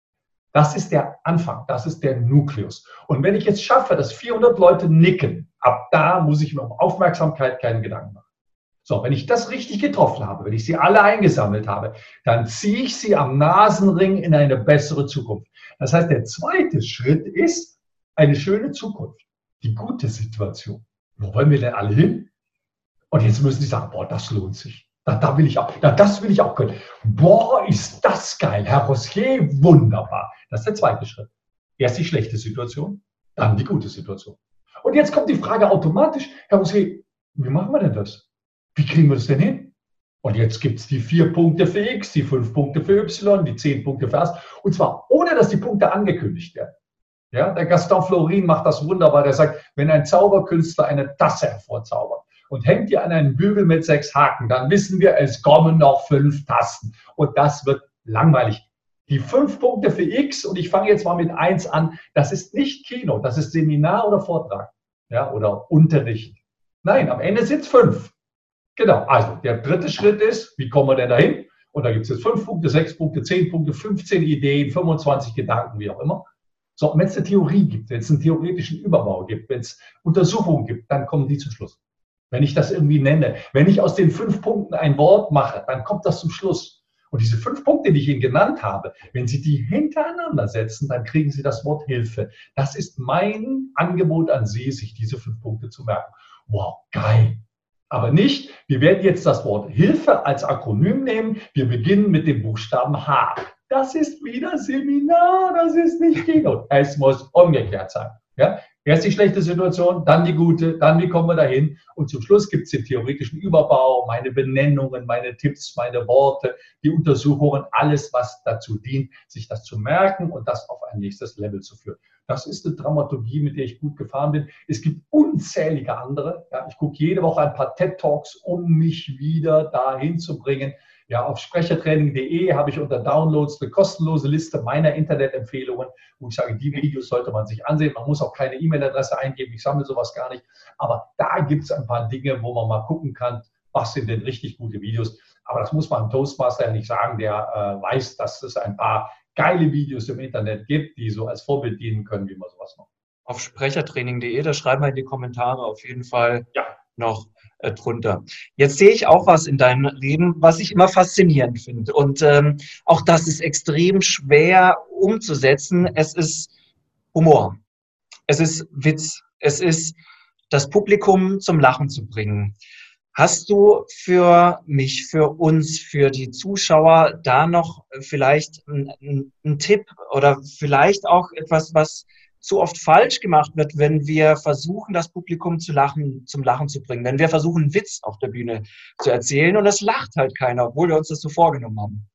Das ist der Anfang, das ist der Nukleus. Und wenn ich jetzt schaffe, dass vierhundert Leute nicken, ab da muss ich mir um Aufmerksamkeit keinen Gedanken machen. So, wenn ich das richtig getroffen habe, wenn ich sie alle eingesammelt habe, dann ziehe ich sie am Nasenring in eine bessere Zukunft. Das heißt, der zweite Schritt ist eine schöne Zukunft, die gute Situation. Wo wollen wir denn alle hin? Und jetzt müssen sie sagen, boah, das lohnt sich. Da, da will ich auch, da, das will ich auch können. Boah, ist das geil, Herr Rosier, wunderbar. Das ist der zweite Schritt. Erst die schlechte Situation, dann die gute Situation. Und jetzt kommt die Frage automatisch, Herr Rosier, wie machen wir denn das? Wie kriegen wir das denn hin? Und jetzt gibt es die vier Punkte für X, die fünf Punkte für Y, die zehn Punkte für A. Und zwar ohne, dass die Punkte angekündigt werden. Ja, der Gaston Florin macht das wunderbar. Der sagt, wenn ein Zauberkünstler eine Tasse hervorzaubert und hängt die an einen Bügel mit sechs Haken, dann wissen wir, es kommen noch fünf Tasten. Und das wird langweilig. Die fünf Punkte für X, und ich fange jetzt mal mit eins an, das ist nicht Kino, das ist Seminar oder Vortrag, ja, oder Unterricht. Nein, am Ende sind es fünf. Genau, also der dritte Schritt ist, wie kommen wir denn dahin? Und da gibt es jetzt fünf Punkte, sechs Punkte, zehn Punkte, fünfzehn Ideen, fünfundzwanzig Gedanken, wie auch immer. So, und wenn es eine Theorie gibt, wenn es einen theoretischen Überbau gibt, wenn es Untersuchungen gibt, dann kommen die zum Schluss. Wenn ich das irgendwie nenne, wenn ich aus den fünf Punkten ein Wort mache, dann kommt das zum Schluss. Und diese fünf Punkte, die ich Ihnen genannt habe, wenn Sie die hintereinander setzen, dann kriegen Sie das Wort Hilfe. Das ist mein Angebot an Sie, sich diese fünf Punkte zu merken. Wow, geil. Aber nicht, wir werden jetzt das Wort Hilfe als Akronym nehmen. Wir beginnen mit dem Buchstaben H. Das ist wieder Seminar, das ist nicht Kino. Es muss umgekehrt sein. Ja? Erst die schlechte Situation, dann die gute, dann wie kommen wir dahin. Und zum Schluss gibt es den theoretischen Überbau, meine Benennungen, meine Tipps, meine Worte, die Untersuchungen, alles, was dazu dient, sich das zu merken und das auf ein nächstes Level zu führen. Das ist eine Dramaturgie, mit der ich gut gefahren bin. Es gibt unzählige andere. Ja, ich gucke jede Woche ein paar TED-Talks, um mich wieder dahin zu bringen. Ja, auf sprechertraining punkt de habe ich unter Downloads eine kostenlose Liste meiner Internetempfehlungen, wo ich sage, die Videos sollte man sich ansehen. Man muss auch keine E-Mail-Adresse eingeben, ich sammle sowas gar nicht. Aber da gibt es ein paar Dinge, wo man mal gucken kann, was sind denn richtig gute Videos. Aber das muss man einem Toastmaster ja nicht sagen, der äh, weiß, dass es ein paar geile Videos im Internet gibt, die so als Vorbild dienen können, wie man sowas macht. Auf sprechertraining punkt de, da schreiben wir in die Kommentare auf jeden Fall ja. noch äh, drunter. Jetzt sehe ich auch was in deinem Leben, was ich immer faszinierend finde. Und ähm, auch das ist extrem schwer umzusetzen. Es ist Humor. Es ist Witz. Es ist das Publikum zum Lachen zu bringen. Hast du für mich, für uns, für die Zuschauer da noch vielleicht einen, einen Tipp oder vielleicht auch etwas, was zu oft falsch gemacht wird, wenn wir versuchen, das Publikum zu lachen, zum Lachen zu bringen, wenn wir versuchen, einen Witz auf der Bühne zu erzählen und es lacht halt keiner, obwohl wir uns das so vorgenommen haben?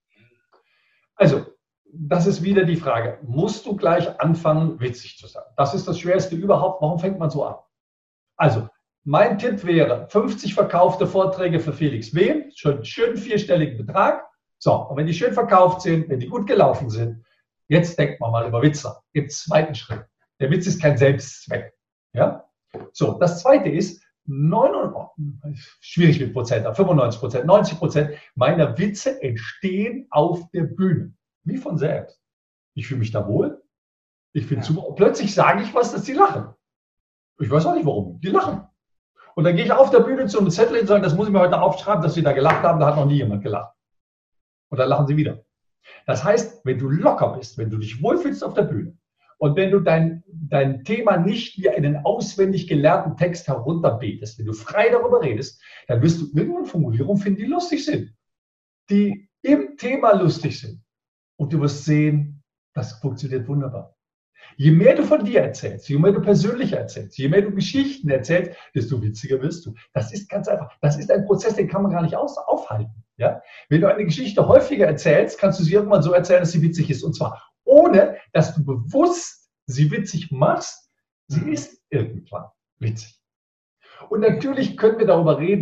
Also, das ist wieder die Frage, musst du gleich anfangen, witzig zu sein? Das ist das Schwerste überhaupt. Warum fängt man so an? Also, mein Tipp wäre, fünfzig verkaufte Vorträge für Felix W., schön, schön vierstelligen Betrag. So, und wenn die schön verkauft sind, wenn die gut gelaufen sind, jetzt denkt man mal über Witz nach. Im zweiten Schritt. Der Witz ist kein Selbstzweck. Ja? So, das zweite ist, neunundneunzig, schwierig mit Prozent, fünfundneunzig Prozent, neunzig Prozent meiner Witze entstehen auf der Bühne. Wie von selbst. Ich fühle mich da wohl. Ich finde ja. super. Plötzlich sage ich was, dass die lachen. Ich weiß auch nicht warum. Die lachen. Und dann gehe ich auf der Bühne zu einem Zettel und sage, das muss ich mir heute aufschreiben, dass sie da gelacht haben, da hat noch nie jemand gelacht. Und dann lachen sie wieder. Das heißt, wenn du locker bist, wenn du dich wohlfühlst auf der Bühne und wenn du dein, dein Thema nicht wie einen auswendig gelernten Text herunterbetest, wenn du frei darüber redest, dann wirst du irgendwann Formulierungen finden, die lustig sind, die im Thema lustig sind. Und du wirst sehen, das funktioniert wunderbar. Je mehr du von dir erzählst, je mehr du persönlich erzählst, je mehr du Geschichten erzählst, desto witziger wirst du. Das ist ganz einfach. Das ist ein Prozess, den kann man gar nicht aus, aufhalten. Ja? Wenn du eine Geschichte häufiger erzählst, kannst du sie irgendwann so erzählen, dass sie witzig ist. Und zwar ohne, dass du bewusst sie witzig machst. Sie ist irgendwann witzig. Und natürlich können wir darüber reden, ab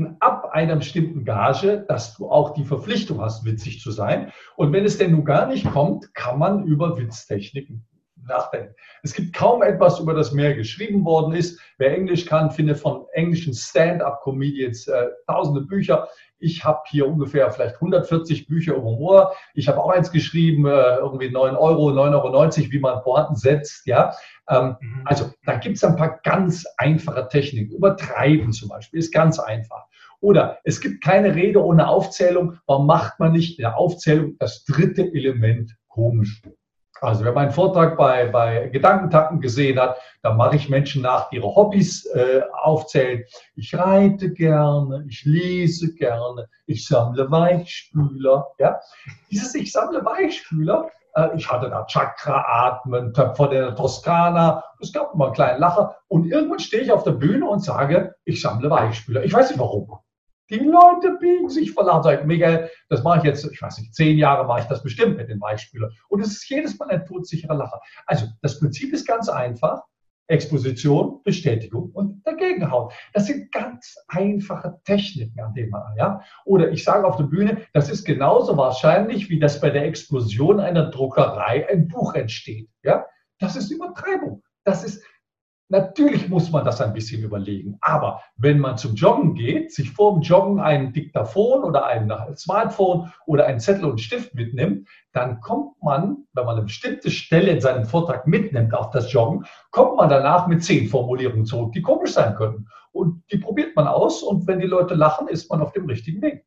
einer bestimmten Gage, dass du auch die Verpflichtung hast, witzig zu sein. Und wenn es denn nun gar nicht kommt, kann man über Witztechniken nachdenken. Es gibt kaum etwas, über das mehr geschrieben worden ist. Wer Englisch kann, findet von englischen Stand-up-Comedians äh, tausende Bücher. Ich habe hier ungefähr vielleicht hundertvierzig Bücher über Humor. Ich habe auch eins geschrieben, äh, irgendwie neun Euro, neun Euro neunzig, wie man Pointen setzt. Ja? Ähm, mhm. Also da gibt es ein paar ganz einfache Techniken. Übertreiben zum Beispiel ist ganz einfach. Oder es gibt keine Rede ohne Aufzählung. Warum macht man nicht in der Aufzählung das dritte Element komisch? Also wer meinen Vortrag bei, bei Gedankentanken gesehen hat, da mache ich Menschen nach, die ihre Hobbys äh, aufzählen. Ich reite gerne, ich lese gerne, ich sammle Weichspüler. Ja? Dieses Ich sammle Weichspüler, äh, ich hatte da Chakra-Atmen, Töpfer der Toskana, es gab immer einen kleinen Lacher und irgendwann stehe ich auf der Bühne und sage, ich sammle Weichspüler. Ich weiß nicht warum. Die Leute biegen sich vor Lachen. Sagen, Miguel, das mache ich jetzt, ich weiß nicht, zehn Jahre mache ich das bestimmt mit den Weichspüler. Und es ist jedes Mal ein todsicherer Lacher. Also das Prinzip ist ganz einfach. Exposition, Bestätigung und dagegenhauen. Das sind ganz einfache Techniken, an denen man, ja. Oder ich sage auf der Bühne, das ist genauso wahrscheinlich, wie dass bei der Explosion einer Druckerei ein Buch entsteht. Ja, das ist Übertreibung. Das ist Natürlich muss man das ein bisschen überlegen, aber wenn man zum Joggen geht, sich vor dem Joggen ein Diktaphon oder ein Smartphone oder einen Zettel und Stift mitnimmt, dann kommt man, wenn man eine bestimmte Stelle in seinem Vortrag mitnimmt auf das Joggen, kommt man danach mit zehn Formulierungen zurück, die komisch sein können. Und die probiert man aus und wenn die Leute lachen, ist man auf dem richtigen Weg.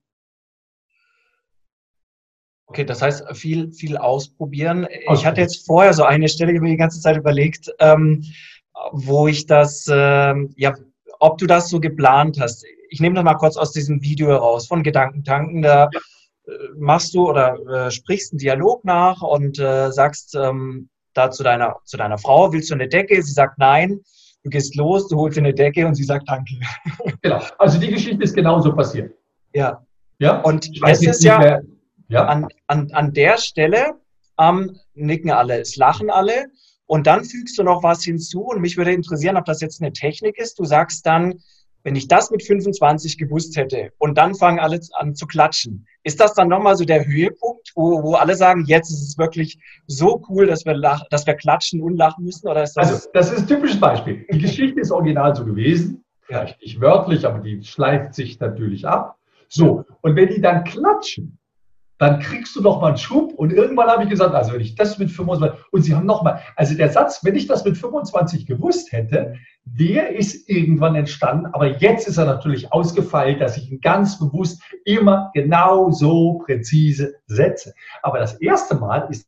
Okay, das heißt, viel, viel ausprobieren. Ich hatte jetzt vorher so eine Stelle, ich habe mir die ganze Zeit überlegt, ähm, wo ich das, äh, ja, ob du das so geplant hast. Ich nehme das mal kurz aus diesem Video heraus, von Gedankentanken. Da ja. äh, machst du oder äh, sprichst einen Dialog nach und äh, sagst ähm, da zu deiner, zu deiner Frau, willst du eine Decke? Sie sagt nein. Du gehst los, du holst dir eine Decke und sie sagt danke. Genau, also die Geschichte ist genauso passiert. Ja. Ja? Und es ist ja, mehr, ja? An, an, an der Stelle ähm, nicken alle, es lachen alle. Und dann fügst du noch was hinzu und mich würde interessieren, ob das jetzt eine Technik ist. Du sagst dann, wenn ich das mit fünfundzwanzig gewusst hätte und dann fangen alle an zu klatschen. Ist das dann nochmal so der Höhepunkt, wo, wo alle sagen, jetzt ist es wirklich so cool, dass wir, lach, dass wir klatschen und lachen müssen? Oder ist das also das ist ein typisches Beispiel. Die Geschichte ist original so gewesen, vielleicht nicht wörtlich, aber die schleift sich natürlich ab. So, und wenn die dann klatschen, dann kriegst du noch mal einen Schub und irgendwann habe ich gesagt, also wenn ich das mit fünfundzwanzig, und sie haben noch mal, also der Satz, wenn ich das mit fünfundzwanzig gewusst hätte, der ist irgendwann entstanden, aber jetzt ist er natürlich ausgefeilt, dass ich ihn ganz bewusst immer genau so präzise setze. Aber das erste Mal ist...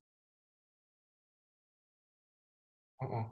Oh oh.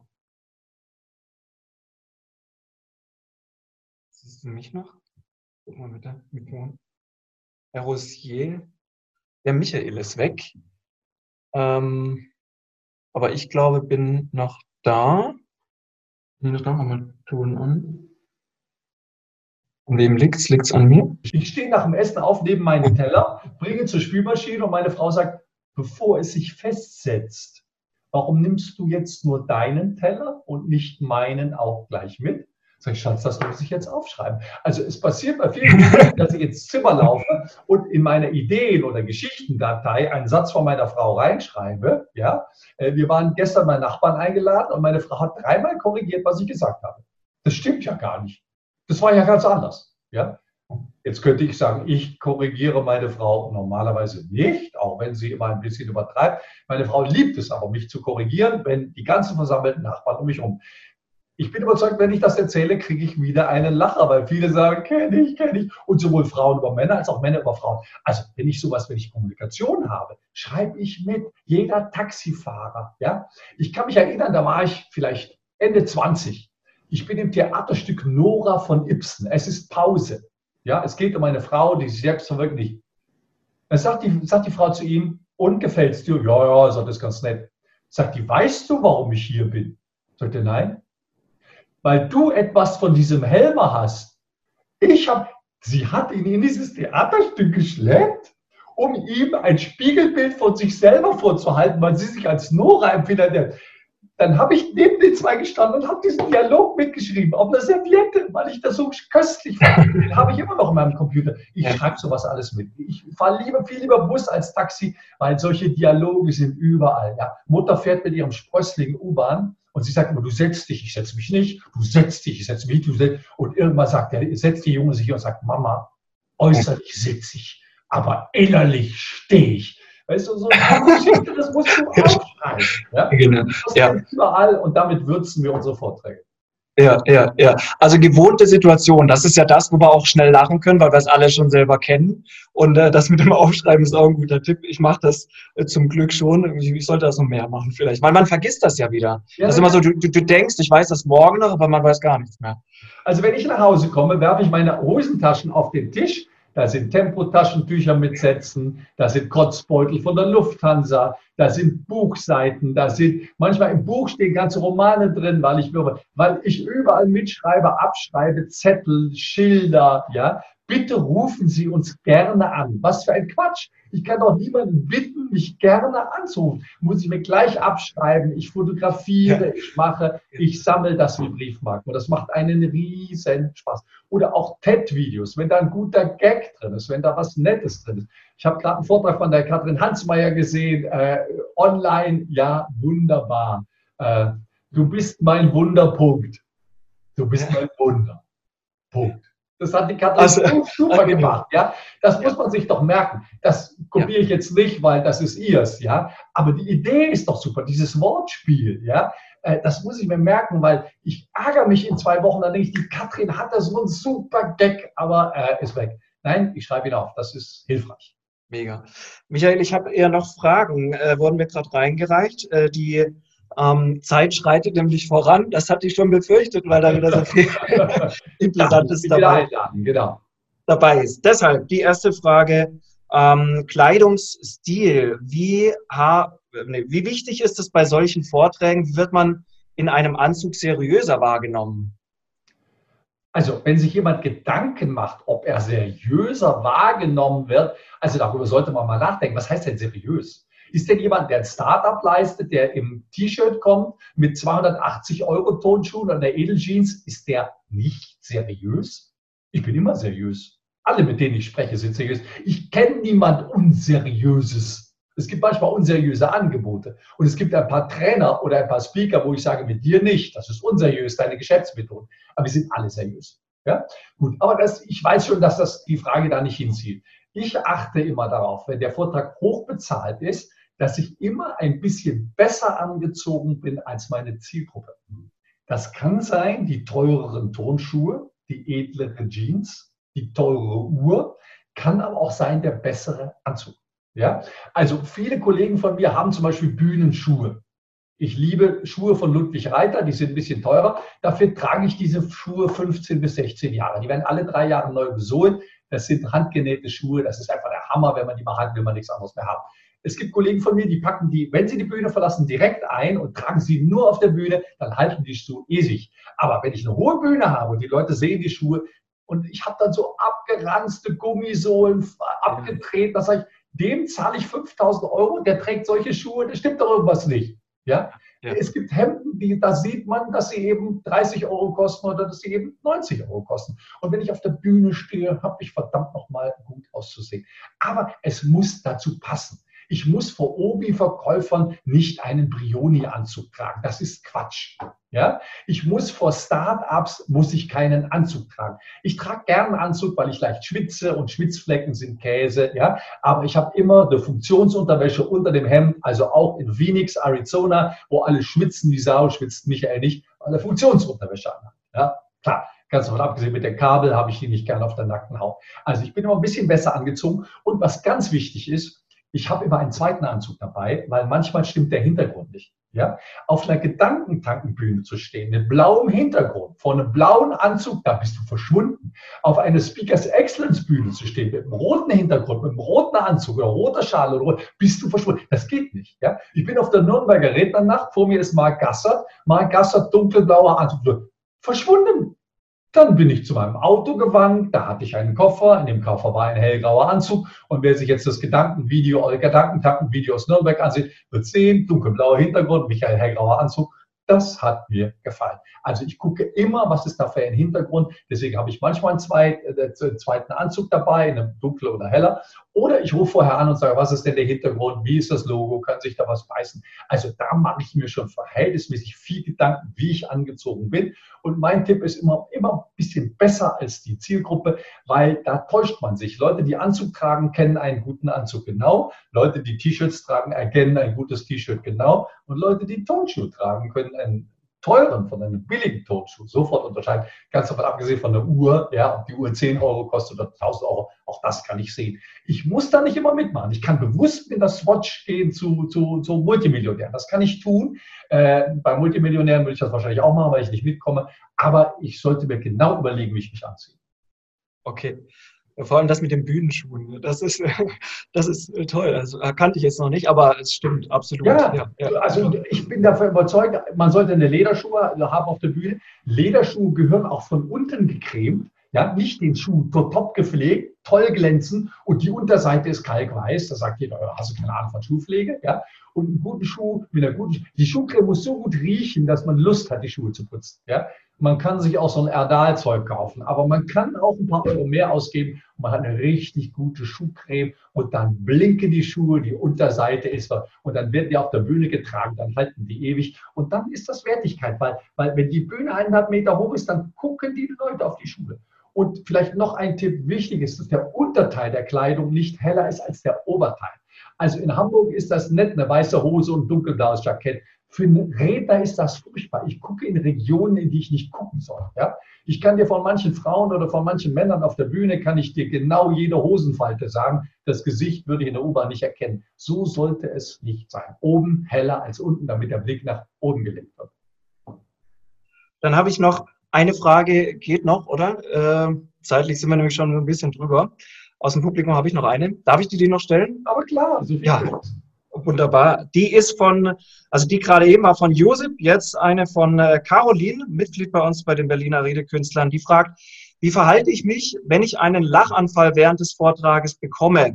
Siehst du mich noch? Guck mal bitte, Mikrofon. Herr Rosier. Der Michael ist weg. Ähm, aber ich glaube, bin noch da. Bin noch da, mal Ton an. An wem liegt's? Liegt's an mir? Ich stehe nach dem Essen auf neben meinen Teller, bringe zur Spülmaschine und meine Frau sagt, bevor es sich festsetzt, warum nimmst du jetzt nur deinen Teller und nicht meinen auch gleich mit? Sag ich, Schatz, das muss ich jetzt aufschreiben. Also es passiert bei vielen Menschen, dass ich ins Zimmer laufe und in meine Ideen- oder Geschichtendatei einen Satz von meiner Frau reinschreibe. Ja, wir waren gestern bei Nachbarn eingeladen und meine Frau hat dreimal korrigiert, was ich gesagt habe. Das stimmt ja gar nicht. Das war ja ganz anders. Ja, jetzt könnte ich sagen, ich korrigiere meine Frau normalerweise nicht, auch wenn sie immer ein bisschen übertreibt. Meine Frau liebt es aber, mich zu korrigieren, wenn die ganzen versammelten Nachbarn um mich herum. Ich bin überzeugt, wenn ich das erzähle, kriege ich wieder einen Lacher, weil viele sagen, kenne ich, kenne ich. Und sowohl Frauen über Männer als auch Männer über Frauen. Also wenn ich sowas, wenn ich Kommunikation habe, schreibe ich mit. Jeder Taxifahrer. Ja? Ich kann mich erinnern, da war ich vielleicht Ende zwanzig. Ich bin im Theaterstück Nora von Ibsen. Es ist Pause. Ja? Es geht um eine Frau, die sich selbst verwirklicht. Dann sagt die, sagt die Frau zu ihm, und gefällt es dir? Ja, ja, sagt, das ist ganz nett. Sagt die, weißt du, warum ich hier bin? Sagt er, nein. Weil du etwas von diesem Helmer hast. Ich habe, sie hat ihn in dieses Theaterstück geschleppt, um ihm ein Spiegelbild von sich selber vorzuhalten, weil sie sich als Nora empfindet. Dann habe ich neben den zwei gestanden und habe diesen Dialog mitgeschrieben auf einer Serviette, weil ich das so köstlich fand. Den habe ich immer noch in meinem Computer. Ich ja. schreibe sowas alles mit. Ich fahre lieber, viel lieber Bus als Taxi, weil solche Dialoge sind überall. Ja. Mutter fährt mit ihrem Sprössling U-Bahn und sie sagt immer, du setzt dich, ich setze mich nicht, du setzt dich, ich setze mich nicht, du setzt. Und irgendwann sagt der, setzt die Junge sich hier und sagt, Mama, äußerlich sitze ich, aber innerlich stehe ich. Weißt du, so eine Geschichte, das musst du aufschreiben. Ja? Genau. Das ja. ist überall und damit würzen wir unsere Vorträge. Ja, ja, ja. Also gewohnte Situation, das ist ja das, wo wir auch schnell lachen können, weil wir es alle schon selber kennen. Und äh, das mit dem Aufschreiben ist auch ein guter Tipp. Ich mache das äh, zum Glück schon. Ich, ich sollte das noch mehr machen vielleicht. Weil man vergisst das ja wieder. Ja, das ist immer so, du, du, du denkst, ich weiß das morgen noch, aber man weiß gar nichts mehr. Also wenn ich nach Hause komme, werfe ich meine Hosentaschen auf den Tisch. Da sind Tempotaschentücher mit Sätzen, da sind Kotzbeutel von der Lufthansa, da sind Buchseiten, da sind, manchmal im Buch stehen ganze Romane drin, weil ich, weil ich überall mitschreibe, abschreibe, Zettel, Schilder, ja. Bitte rufen Sie uns gerne an. Was für ein Quatsch. Ich kann doch niemanden bitten, mich gerne anzurufen. Muss ich mir gleich abschreiben. Ich fotografiere, ja. ich mache, ich sammle das wie Briefmarken. Und das macht einen riesen Spaß. Oder auch T E D-Videos, wenn da ein guter Gag drin ist, wenn da was Nettes drin ist. Ich habe gerade einen Vortrag von der Katrin Hansmeier gesehen, äh, online, ja, wunderbar. Äh, du bist mein Wunderpunkt. Du bist mein Wunder. Punkt. Das hat die Katrin also, super gemacht. Ja? Das muss man sich doch merken. Das kopiere ich jetzt nicht, weil das ist ihrs. Ja? Aber die Idee ist doch super, dieses Wortspiel. Ja? Das muss ich mir merken, weil ich ärgere mich in zwei Wochen, dann denke ich, die Katrin hat da so einen super Gag, aber er ist weg. Nein, ich schreibe ihn auf. Das ist hilfreich. Mega. Michael, ich habe eher noch Fragen. Äh, wurden mir gerade reingereicht. Äh, die Ähm, Zeit schreitet nämlich voran, das hatte ich schon befürchtet, weil da wieder so viel Interessantes dabei, genau. dabei ist. Deshalb die erste Frage, ähm, Kleidungsstil, wie, ha, nee, wie wichtig ist es bei solchen Vorträgen, wie wird man in einem Anzug seriöser wahrgenommen? Also wenn sich jemand Gedanken macht, ob er seriöser wahrgenommen wird, also darüber sollte man mal nachdenken, was heißt denn seriös? Ist denn jemand, der ein Start-up leistet, der im T-Shirt kommt, mit zweihundertachtzig Euro Tonschuhen und der Edeljeans, ist der nicht seriös? Ich bin immer seriös. Alle, mit denen ich spreche, sind seriös. Ich kenne niemand Unseriöses. Es gibt manchmal unseriöse Angebote. Und es gibt ein paar Trainer oder ein paar Speaker, wo ich sage, mit dir nicht. Das ist unseriös, deine Geschäftsmethode. Aber wir sind alle seriös. Ja? Gut, aber das, ich weiß schon, dass das die Frage da nicht hinzieht. Ich achte immer darauf, wenn der Vortrag hochbezahlt ist, dass ich immer ein bisschen besser angezogen bin als meine Zielgruppe. Das kann sein, die teureren Turnschuhe, die edlere Jeans, die teure Uhr, kann aber auch sein, der bessere Anzug. Ja? Also viele Kollegen von mir haben zum Beispiel Bühnenschuhe. Ich liebe Schuhe von Ludwig Reiter, die sind ein bisschen teurer. Dafür trage ich diese Schuhe fünfzehn bis sechzehn Jahre. Die werden alle drei Jahre neu besohlt. Das sind handgenähte Schuhe. Das ist einfach der Hammer. Wenn man die mal hat, will man nichts anderes mehr haben. Es gibt Kollegen von mir, die packen die, wenn sie die Bühne verlassen, direkt ein und tragen sie nur auf der Bühne, dann halten die Schuhe ewig. Aber wenn ich eine hohe Bühne habe und die Leute sehen die Schuhe und ich habe dann so abgeranzte Gummisohlen, abgetreten, das sage ich, dem zahle ich fünftausend Euro, der trägt solche Schuhe, da stimmt doch irgendwas nicht. Ja? Ja. Es gibt Hemden, die, da sieht man, dass sie eben dreißig Euro kosten oder dass sie eben neunzig Euro kosten. Und wenn ich auf der Bühne stehe, habe ich verdammt nochmal gut auszusehen. Aber es muss dazu passen. Ich muss vor Obi-Verkäufern nicht einen Brioni-Anzug tragen. Das ist Quatsch. Ja? Ich muss vor Start-ups muss ich keinen Anzug tragen. Ich trage gerne einen Anzug, weil ich leicht schwitze und Schwitzflecken sind Käse. Ja? Aber ich habe immer eine Funktionsunterwäsche unter dem Hemd, also auch in Phoenix, Arizona, wo alle schwitzen, die Sau schwitzt Michael nicht, weil er Funktionsunterwäsche anhat. Ja? Klar. Ganz davon abgesehen, mit der Kabel habe ich die nicht gerne auf der nackten Haut. Also ich bin immer ein bisschen besser angezogen. Und was ganz wichtig ist, ich habe immer einen zweiten Anzug dabei, weil manchmal stimmt der Hintergrund nicht. Ja? Auf einer Gedankentankenbühne zu stehen, mit blauem Hintergrund, vor einem blauen Anzug, da bist du verschwunden. Auf einer Speakers Excellence Bühne zu stehen, mit einem roten Hintergrund, mit einem roten Anzug oder roter Schal, oder bist du verschwunden. Das geht nicht. Ja? Ich bin auf der Nürnberger Rednernacht, vor mir ist Marc Gassert, Marc Gassert, dunkelblauer Anzug, verschwunden. Dann bin ich zu meinem Auto gewankt, da hatte ich einen Koffer, in dem Koffer war ein hellgrauer Anzug und wer sich jetzt das Gedankenvideo oder Gedankentankenvideo aus Nürnberg ansieht, wird sehen, dunkelblauer Hintergrund, Michael hellgrauer Anzug, Das hat mir gefallen. Also ich gucke immer, was ist da für ein Hintergrund. Deswegen habe ich manchmal einen zweiten, äh, zweiten Anzug dabei, in einem dunkler oder heller. Oder ich rufe vorher an und sage, was ist denn der Hintergrund? Wie ist das Logo? Kann sich da was beißen? Also da mache ich mir schon verhältnismäßig viel Gedanken, wie ich angezogen bin. Und mein Tipp ist immer, immer ein bisschen besser als die Zielgruppe, weil da täuscht man sich. Leute, die Anzug tragen, kennen einen guten Anzug genau. Leute, die T-Shirts tragen, erkennen ein gutes T-Shirt genau. Und Leute, die Turnschuhe tragen, können einen teuren von einem billigen Turnschuh sofort unterscheiden. Ganz davon abgesehen von der Uhr, ja, ob die Uhr zehn Euro kostet oder tausend Euro, auch das kann ich sehen. Ich muss da nicht immer mitmachen. Ich kann bewusst in das Swatch gehen zu, zu, zu Multimillionären. Das kann ich tun. Äh, bei Multimillionären würde ich das wahrscheinlich auch machen, weil ich nicht mitkomme. Aber ich sollte mir genau überlegen, wie ich mich anziehe. Okay. Vor allem das mit den Bühnenschuhen, das ist, das ist toll. Also kannte ich jetzt noch nicht, aber es stimmt absolut. Ja, ja, ja. Also ich bin davon überzeugt, man sollte eine Lederschuhe haben auf der Bühne. Lederschuhe gehören auch von unten gecremt, ja, nicht den Schuh top gepflegt, toll glänzen und die Unterseite ist kalkweiß. Da sagt jeder, hast du keine Ahnung von Schuhpflege, ja? Und einen guten Schuh mit einer guten, die Schuhcreme muss so gut riechen, dass man Lust hat, die Schuhe zu putzen, ja? Man kann sich auch so ein Erdal-Zeug kaufen, aber man kann auch ein paar Euro mehr ausgeben und man hat eine richtig gute Schuhcreme und dann blinken die Schuhe, die Unterseite ist was und dann werden die auf der Bühne getragen, dann halten die ewig und dann ist das Wertigkeit, weil, weil wenn die Bühne hundert Meter hoch ist, dann gucken die Leute auf die Schuhe. Und vielleicht noch ein Tipp, wichtig ist, dass der Unterteil der Kleidung nicht heller ist als der Oberteil. Also in Hamburg ist das nett, eine weiße Hose und dunkelblaues Jackett. Für einen Redner ist das furchtbar. Ich gucke in Regionen, in die ich nicht gucken soll. Ja? Ich kann dir von manchen Frauen oder von manchen Männern auf der Bühne, kann ich dir genau jede Hosenfalte sagen. Das Gesicht würde ich in der U-Bahn nicht erkennen. So sollte es nicht sein. Oben heller als unten, damit der Blick nach oben gelenkt wird. Dann habe ich noch eine Frage, geht noch, oder? Äh, zeitlich sind wir nämlich schon ein bisschen drüber. Aus dem Publikum habe ich noch eine. Darf ich die dir noch stellen? Aber klar, so viel ja. Wunderbar. Die ist von, also die gerade eben war von Josip, jetzt eine von äh, Caroline, Mitglied bei uns bei den Berliner Redekünstlern. Die fragt, wie verhalte ich mich, wenn ich einen Lachanfall während des Vortrages bekomme?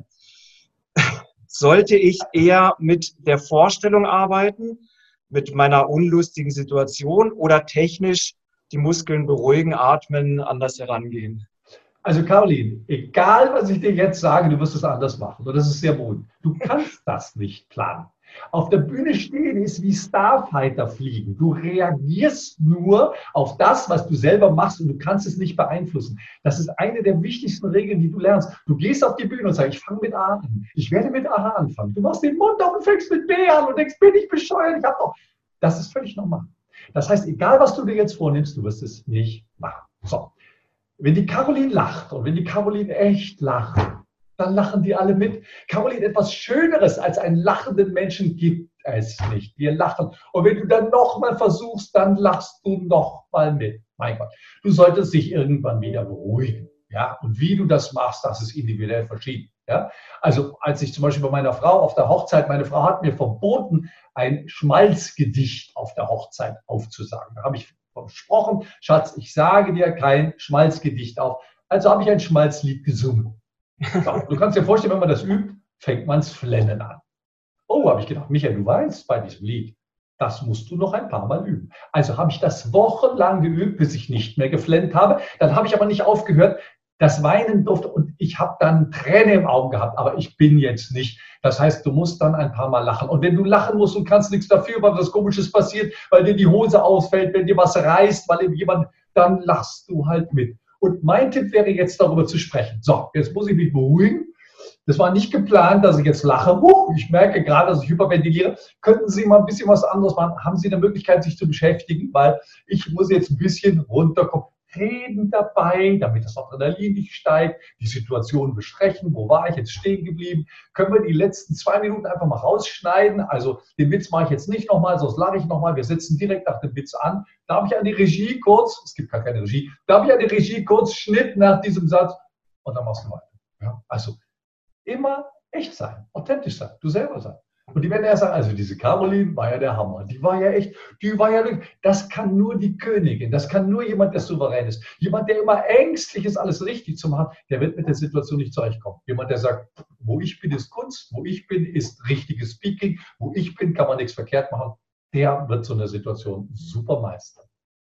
Sollte ich eher mit der Vorstellung arbeiten, mit meiner unlustigen Situation oder technisch die Muskeln beruhigen, atmen, anders herangehen? Also Caroline, egal was ich dir jetzt sage, du wirst es anders machen. Und das ist sehr beruhigend. Du kannst das nicht planen. Auf der Bühne stehen ist wie Starfighter fliegen. Du reagierst nur auf das, was du selber machst und du kannst es nicht beeinflussen. Das ist eine der wichtigsten Regeln, die du lernst. Du gehst auf die Bühne und sagst, ich fange mit A an. Ich werde mit A anfangen. Du machst den Mund auf und fängst mit B an und denkst, bin ich bescheuert? Ich hab doch. Das ist völlig normal. Das heißt, egal was du dir jetzt vornimmst, du wirst es nicht machen. So. Wenn die Caroline lacht und wenn die Caroline echt lacht, dann lachen die alle mit. Caroline, etwas Schöneres als einen lachenden Menschen gibt es nicht. Wir lachen. Und wenn du dann nochmal versuchst, dann lachst du nochmal mit. Mein Gott, du solltest dich irgendwann wieder beruhigen. Ja? Und wie du das machst, das ist individuell verschieden. Ja? Also als ich zum Beispiel bei meiner Frau auf der Hochzeit, meine Frau hat mir verboten, ein Schmalzgedicht auf der Hochzeit aufzusagen. Da habe ich versprochen, Schatz, ich sage dir kein Schmalzgedicht auf. Also habe ich ein Schmalzlied gesungen. So, du kannst dir vorstellen, wenn man das übt, fängt man das Flennen an. Oh, habe ich gedacht, Michael, du weißt bei diesem Lied, das musst du noch ein paar Mal üben. Also habe ich das wochenlang geübt, bis ich nicht mehr geflennt habe. Dann habe ich aber nicht aufgehört. Das Weinen durfte und ich habe dann Träne im Auge gehabt, aber ich bin jetzt nicht. Das heißt, du musst dann ein paar Mal lachen. Und wenn du lachen musst und kannst nichts dafür, weil was Komisches passiert, weil dir die Hose ausfällt, wenn dir was reißt, weil jemand, dann lachst du halt mit. Und mein Tipp wäre jetzt darüber zu sprechen. So, jetzt muss ich mich beruhigen. Das war nicht geplant, dass ich jetzt lache. Uh, ich merke gerade, dass ich hyperventiliere. Könnten Sie mal ein bisschen was anderes machen? Haben Sie eine Möglichkeit, sich zu beschäftigen? Weil ich muss jetzt ein bisschen runterkommen. Reden dabei, damit das Adrenalin nicht steigt, die Situation besprechen, wo war ich jetzt stehen geblieben, können wir die letzten zwei Minuten einfach mal rausschneiden, also den Witz mache ich jetzt nicht nochmal, sonst lache ich nochmal, wir setzen direkt nach dem Witz an, darf ich an die Regie kurz, es gibt gar keine Regie, darf ich an die Regie kurz, Schnitt nach diesem Satz und dann machst du weiter. Ja? Also immer echt sein, authentisch sein, du selber sein. Und die werden ja sagen, also diese Caroline war ja der Hammer. Die war ja echt, die war ja, das kann nur die Königin, das kann nur jemand, der souverän ist. Jemand, der immer ängstlich ist, alles richtig zu machen, der wird mit der Situation nicht zurechtkommen. Jemand, der sagt, wo ich bin, ist Kunst, wo ich bin, ist richtiges Speaking, wo ich bin, kann man nichts verkehrt machen, der wird so eine Situation super meistern.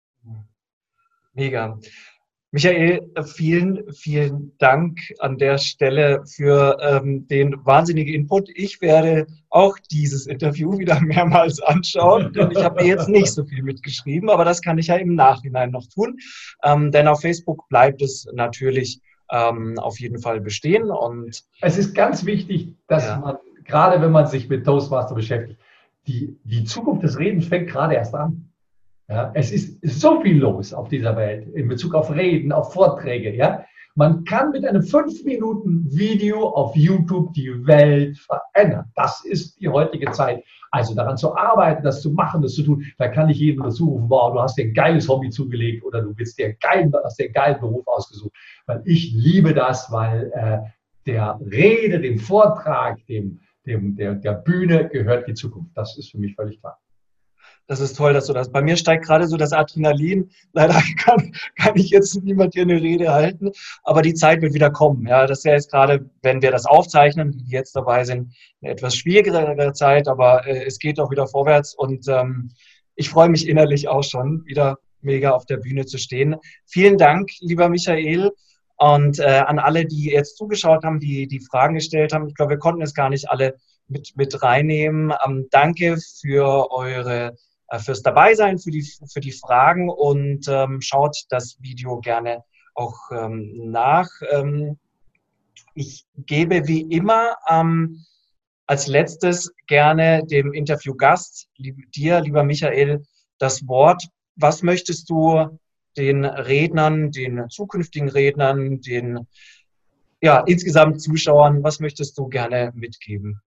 Mega. Michael, vielen, vielen Dank an der Stelle für ähm, den wahnsinnigen Input. Ich werde auch dieses Interview wieder mehrmals anschauen, denn ich habe jetzt nicht so viel mitgeschrieben, aber das kann ich ja im Nachhinein noch tun. Ähm, denn auf Facebook bleibt es natürlich ähm, auf jeden Fall bestehen. Und es ist ganz wichtig, dass ja. man, gerade wenn man sich mit Toastmaster beschäftigt, die, die Zukunft des Redens fängt gerade erst an. Ja, es ist so viel los auf dieser Welt in Bezug auf Reden, auf Vorträge. Ja, man kann mit einem fünf Minuten Video auf YouTube die Welt verändern. Das ist die heutige Zeit. Also daran zu arbeiten, das zu machen, das zu tun. Da kann ich jedem dazu rufen, wow, du hast dir ein geiles Hobby zugelegt oder du willst dir einen geilen, hast dir einen geilen Beruf ausgesucht. Weil ich liebe das, weil äh, der Rede, dem Vortrag, dem, dem, der, der Bühne gehört die Zukunft. Das ist für mich völlig klar. Das ist toll, dass du das. Bei mir steigt gerade so das Adrenalin. Leider kann, kann ich jetzt niemand hier eine Rede halten, aber die Zeit wird wieder kommen. Ja, das ist ja jetzt gerade, wenn wir das aufzeichnen, die jetzt dabei sind, eine etwas schwierigere Zeit, aber äh, es geht auch wieder vorwärts und ähm, ich freue mich innerlich auch schon, wieder mega auf der Bühne zu stehen. Vielen Dank, lieber Michael. Und äh, an alle, die jetzt zugeschaut haben, die die Fragen gestellt haben. Ich glaube, wir konnten es gar nicht alle mit, mit reinnehmen. Ähm, danke für eure fürs Dabeisein, für die, für die Fragen und ähm, schaut das Video gerne auch ähm, nach. Ähm, ich gebe wie immer ähm, als letztes gerne dem Interviewgast, lieb, dir, lieber Michael, das Wort. Was möchtest du den Rednern, den zukünftigen Rednern, den ja, insgesamt Zuschauern, was möchtest du gerne mitgeben?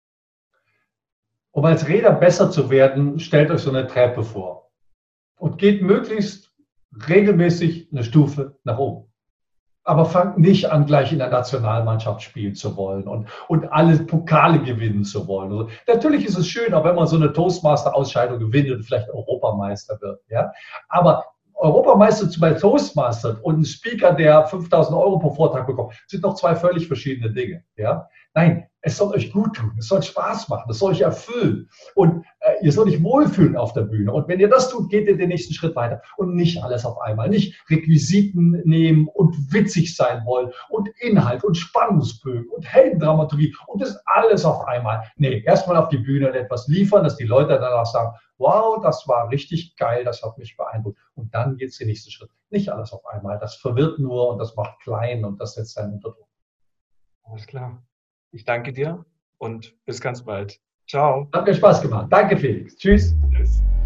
Um als Redner besser zu werden, stellt euch so eine Treppe vor und geht möglichst regelmäßig eine Stufe nach oben. Aber fangt nicht an, gleich in der Nationalmannschaft spielen zu wollen und, und alle Pokale gewinnen zu wollen. Also, natürlich ist es schön, auch wenn man so eine Toastmaster-Ausscheidung gewinnt und vielleicht Europameister wird. Ja? Aber Europameister bei Toastmasters und ein Speaker, der fünftausend Euro pro Vortrag bekommt, sind noch zwei völlig verschiedene Dinge. Ja? Nein, es soll euch gut tun, es soll Spaß machen, es soll euch erfüllen und äh, ihr sollt euch wohlfühlen auf der Bühne. Und wenn ihr das tut, geht ihr den nächsten Schritt weiter und nicht alles auf einmal. Nicht Requisiten nehmen und witzig sein wollen und Inhalt und Spannungsbögen und Heldendramaturgie und das alles auf einmal. Nee, erstmal auf die Bühne und etwas liefern, dass die Leute danach sagen, wow, das war richtig geil, das hat mich beeindruckt. Und dann geht es den nächsten Schritt. Nicht alles auf einmal. Das verwirrt nur und das macht klein und das setzt einen unter Druck. Alles klar. Ich danke dir und bis ganz bald. Ciao. Hat mir Spaß gemacht. Danke, Felix. Tschüss. Tschüss.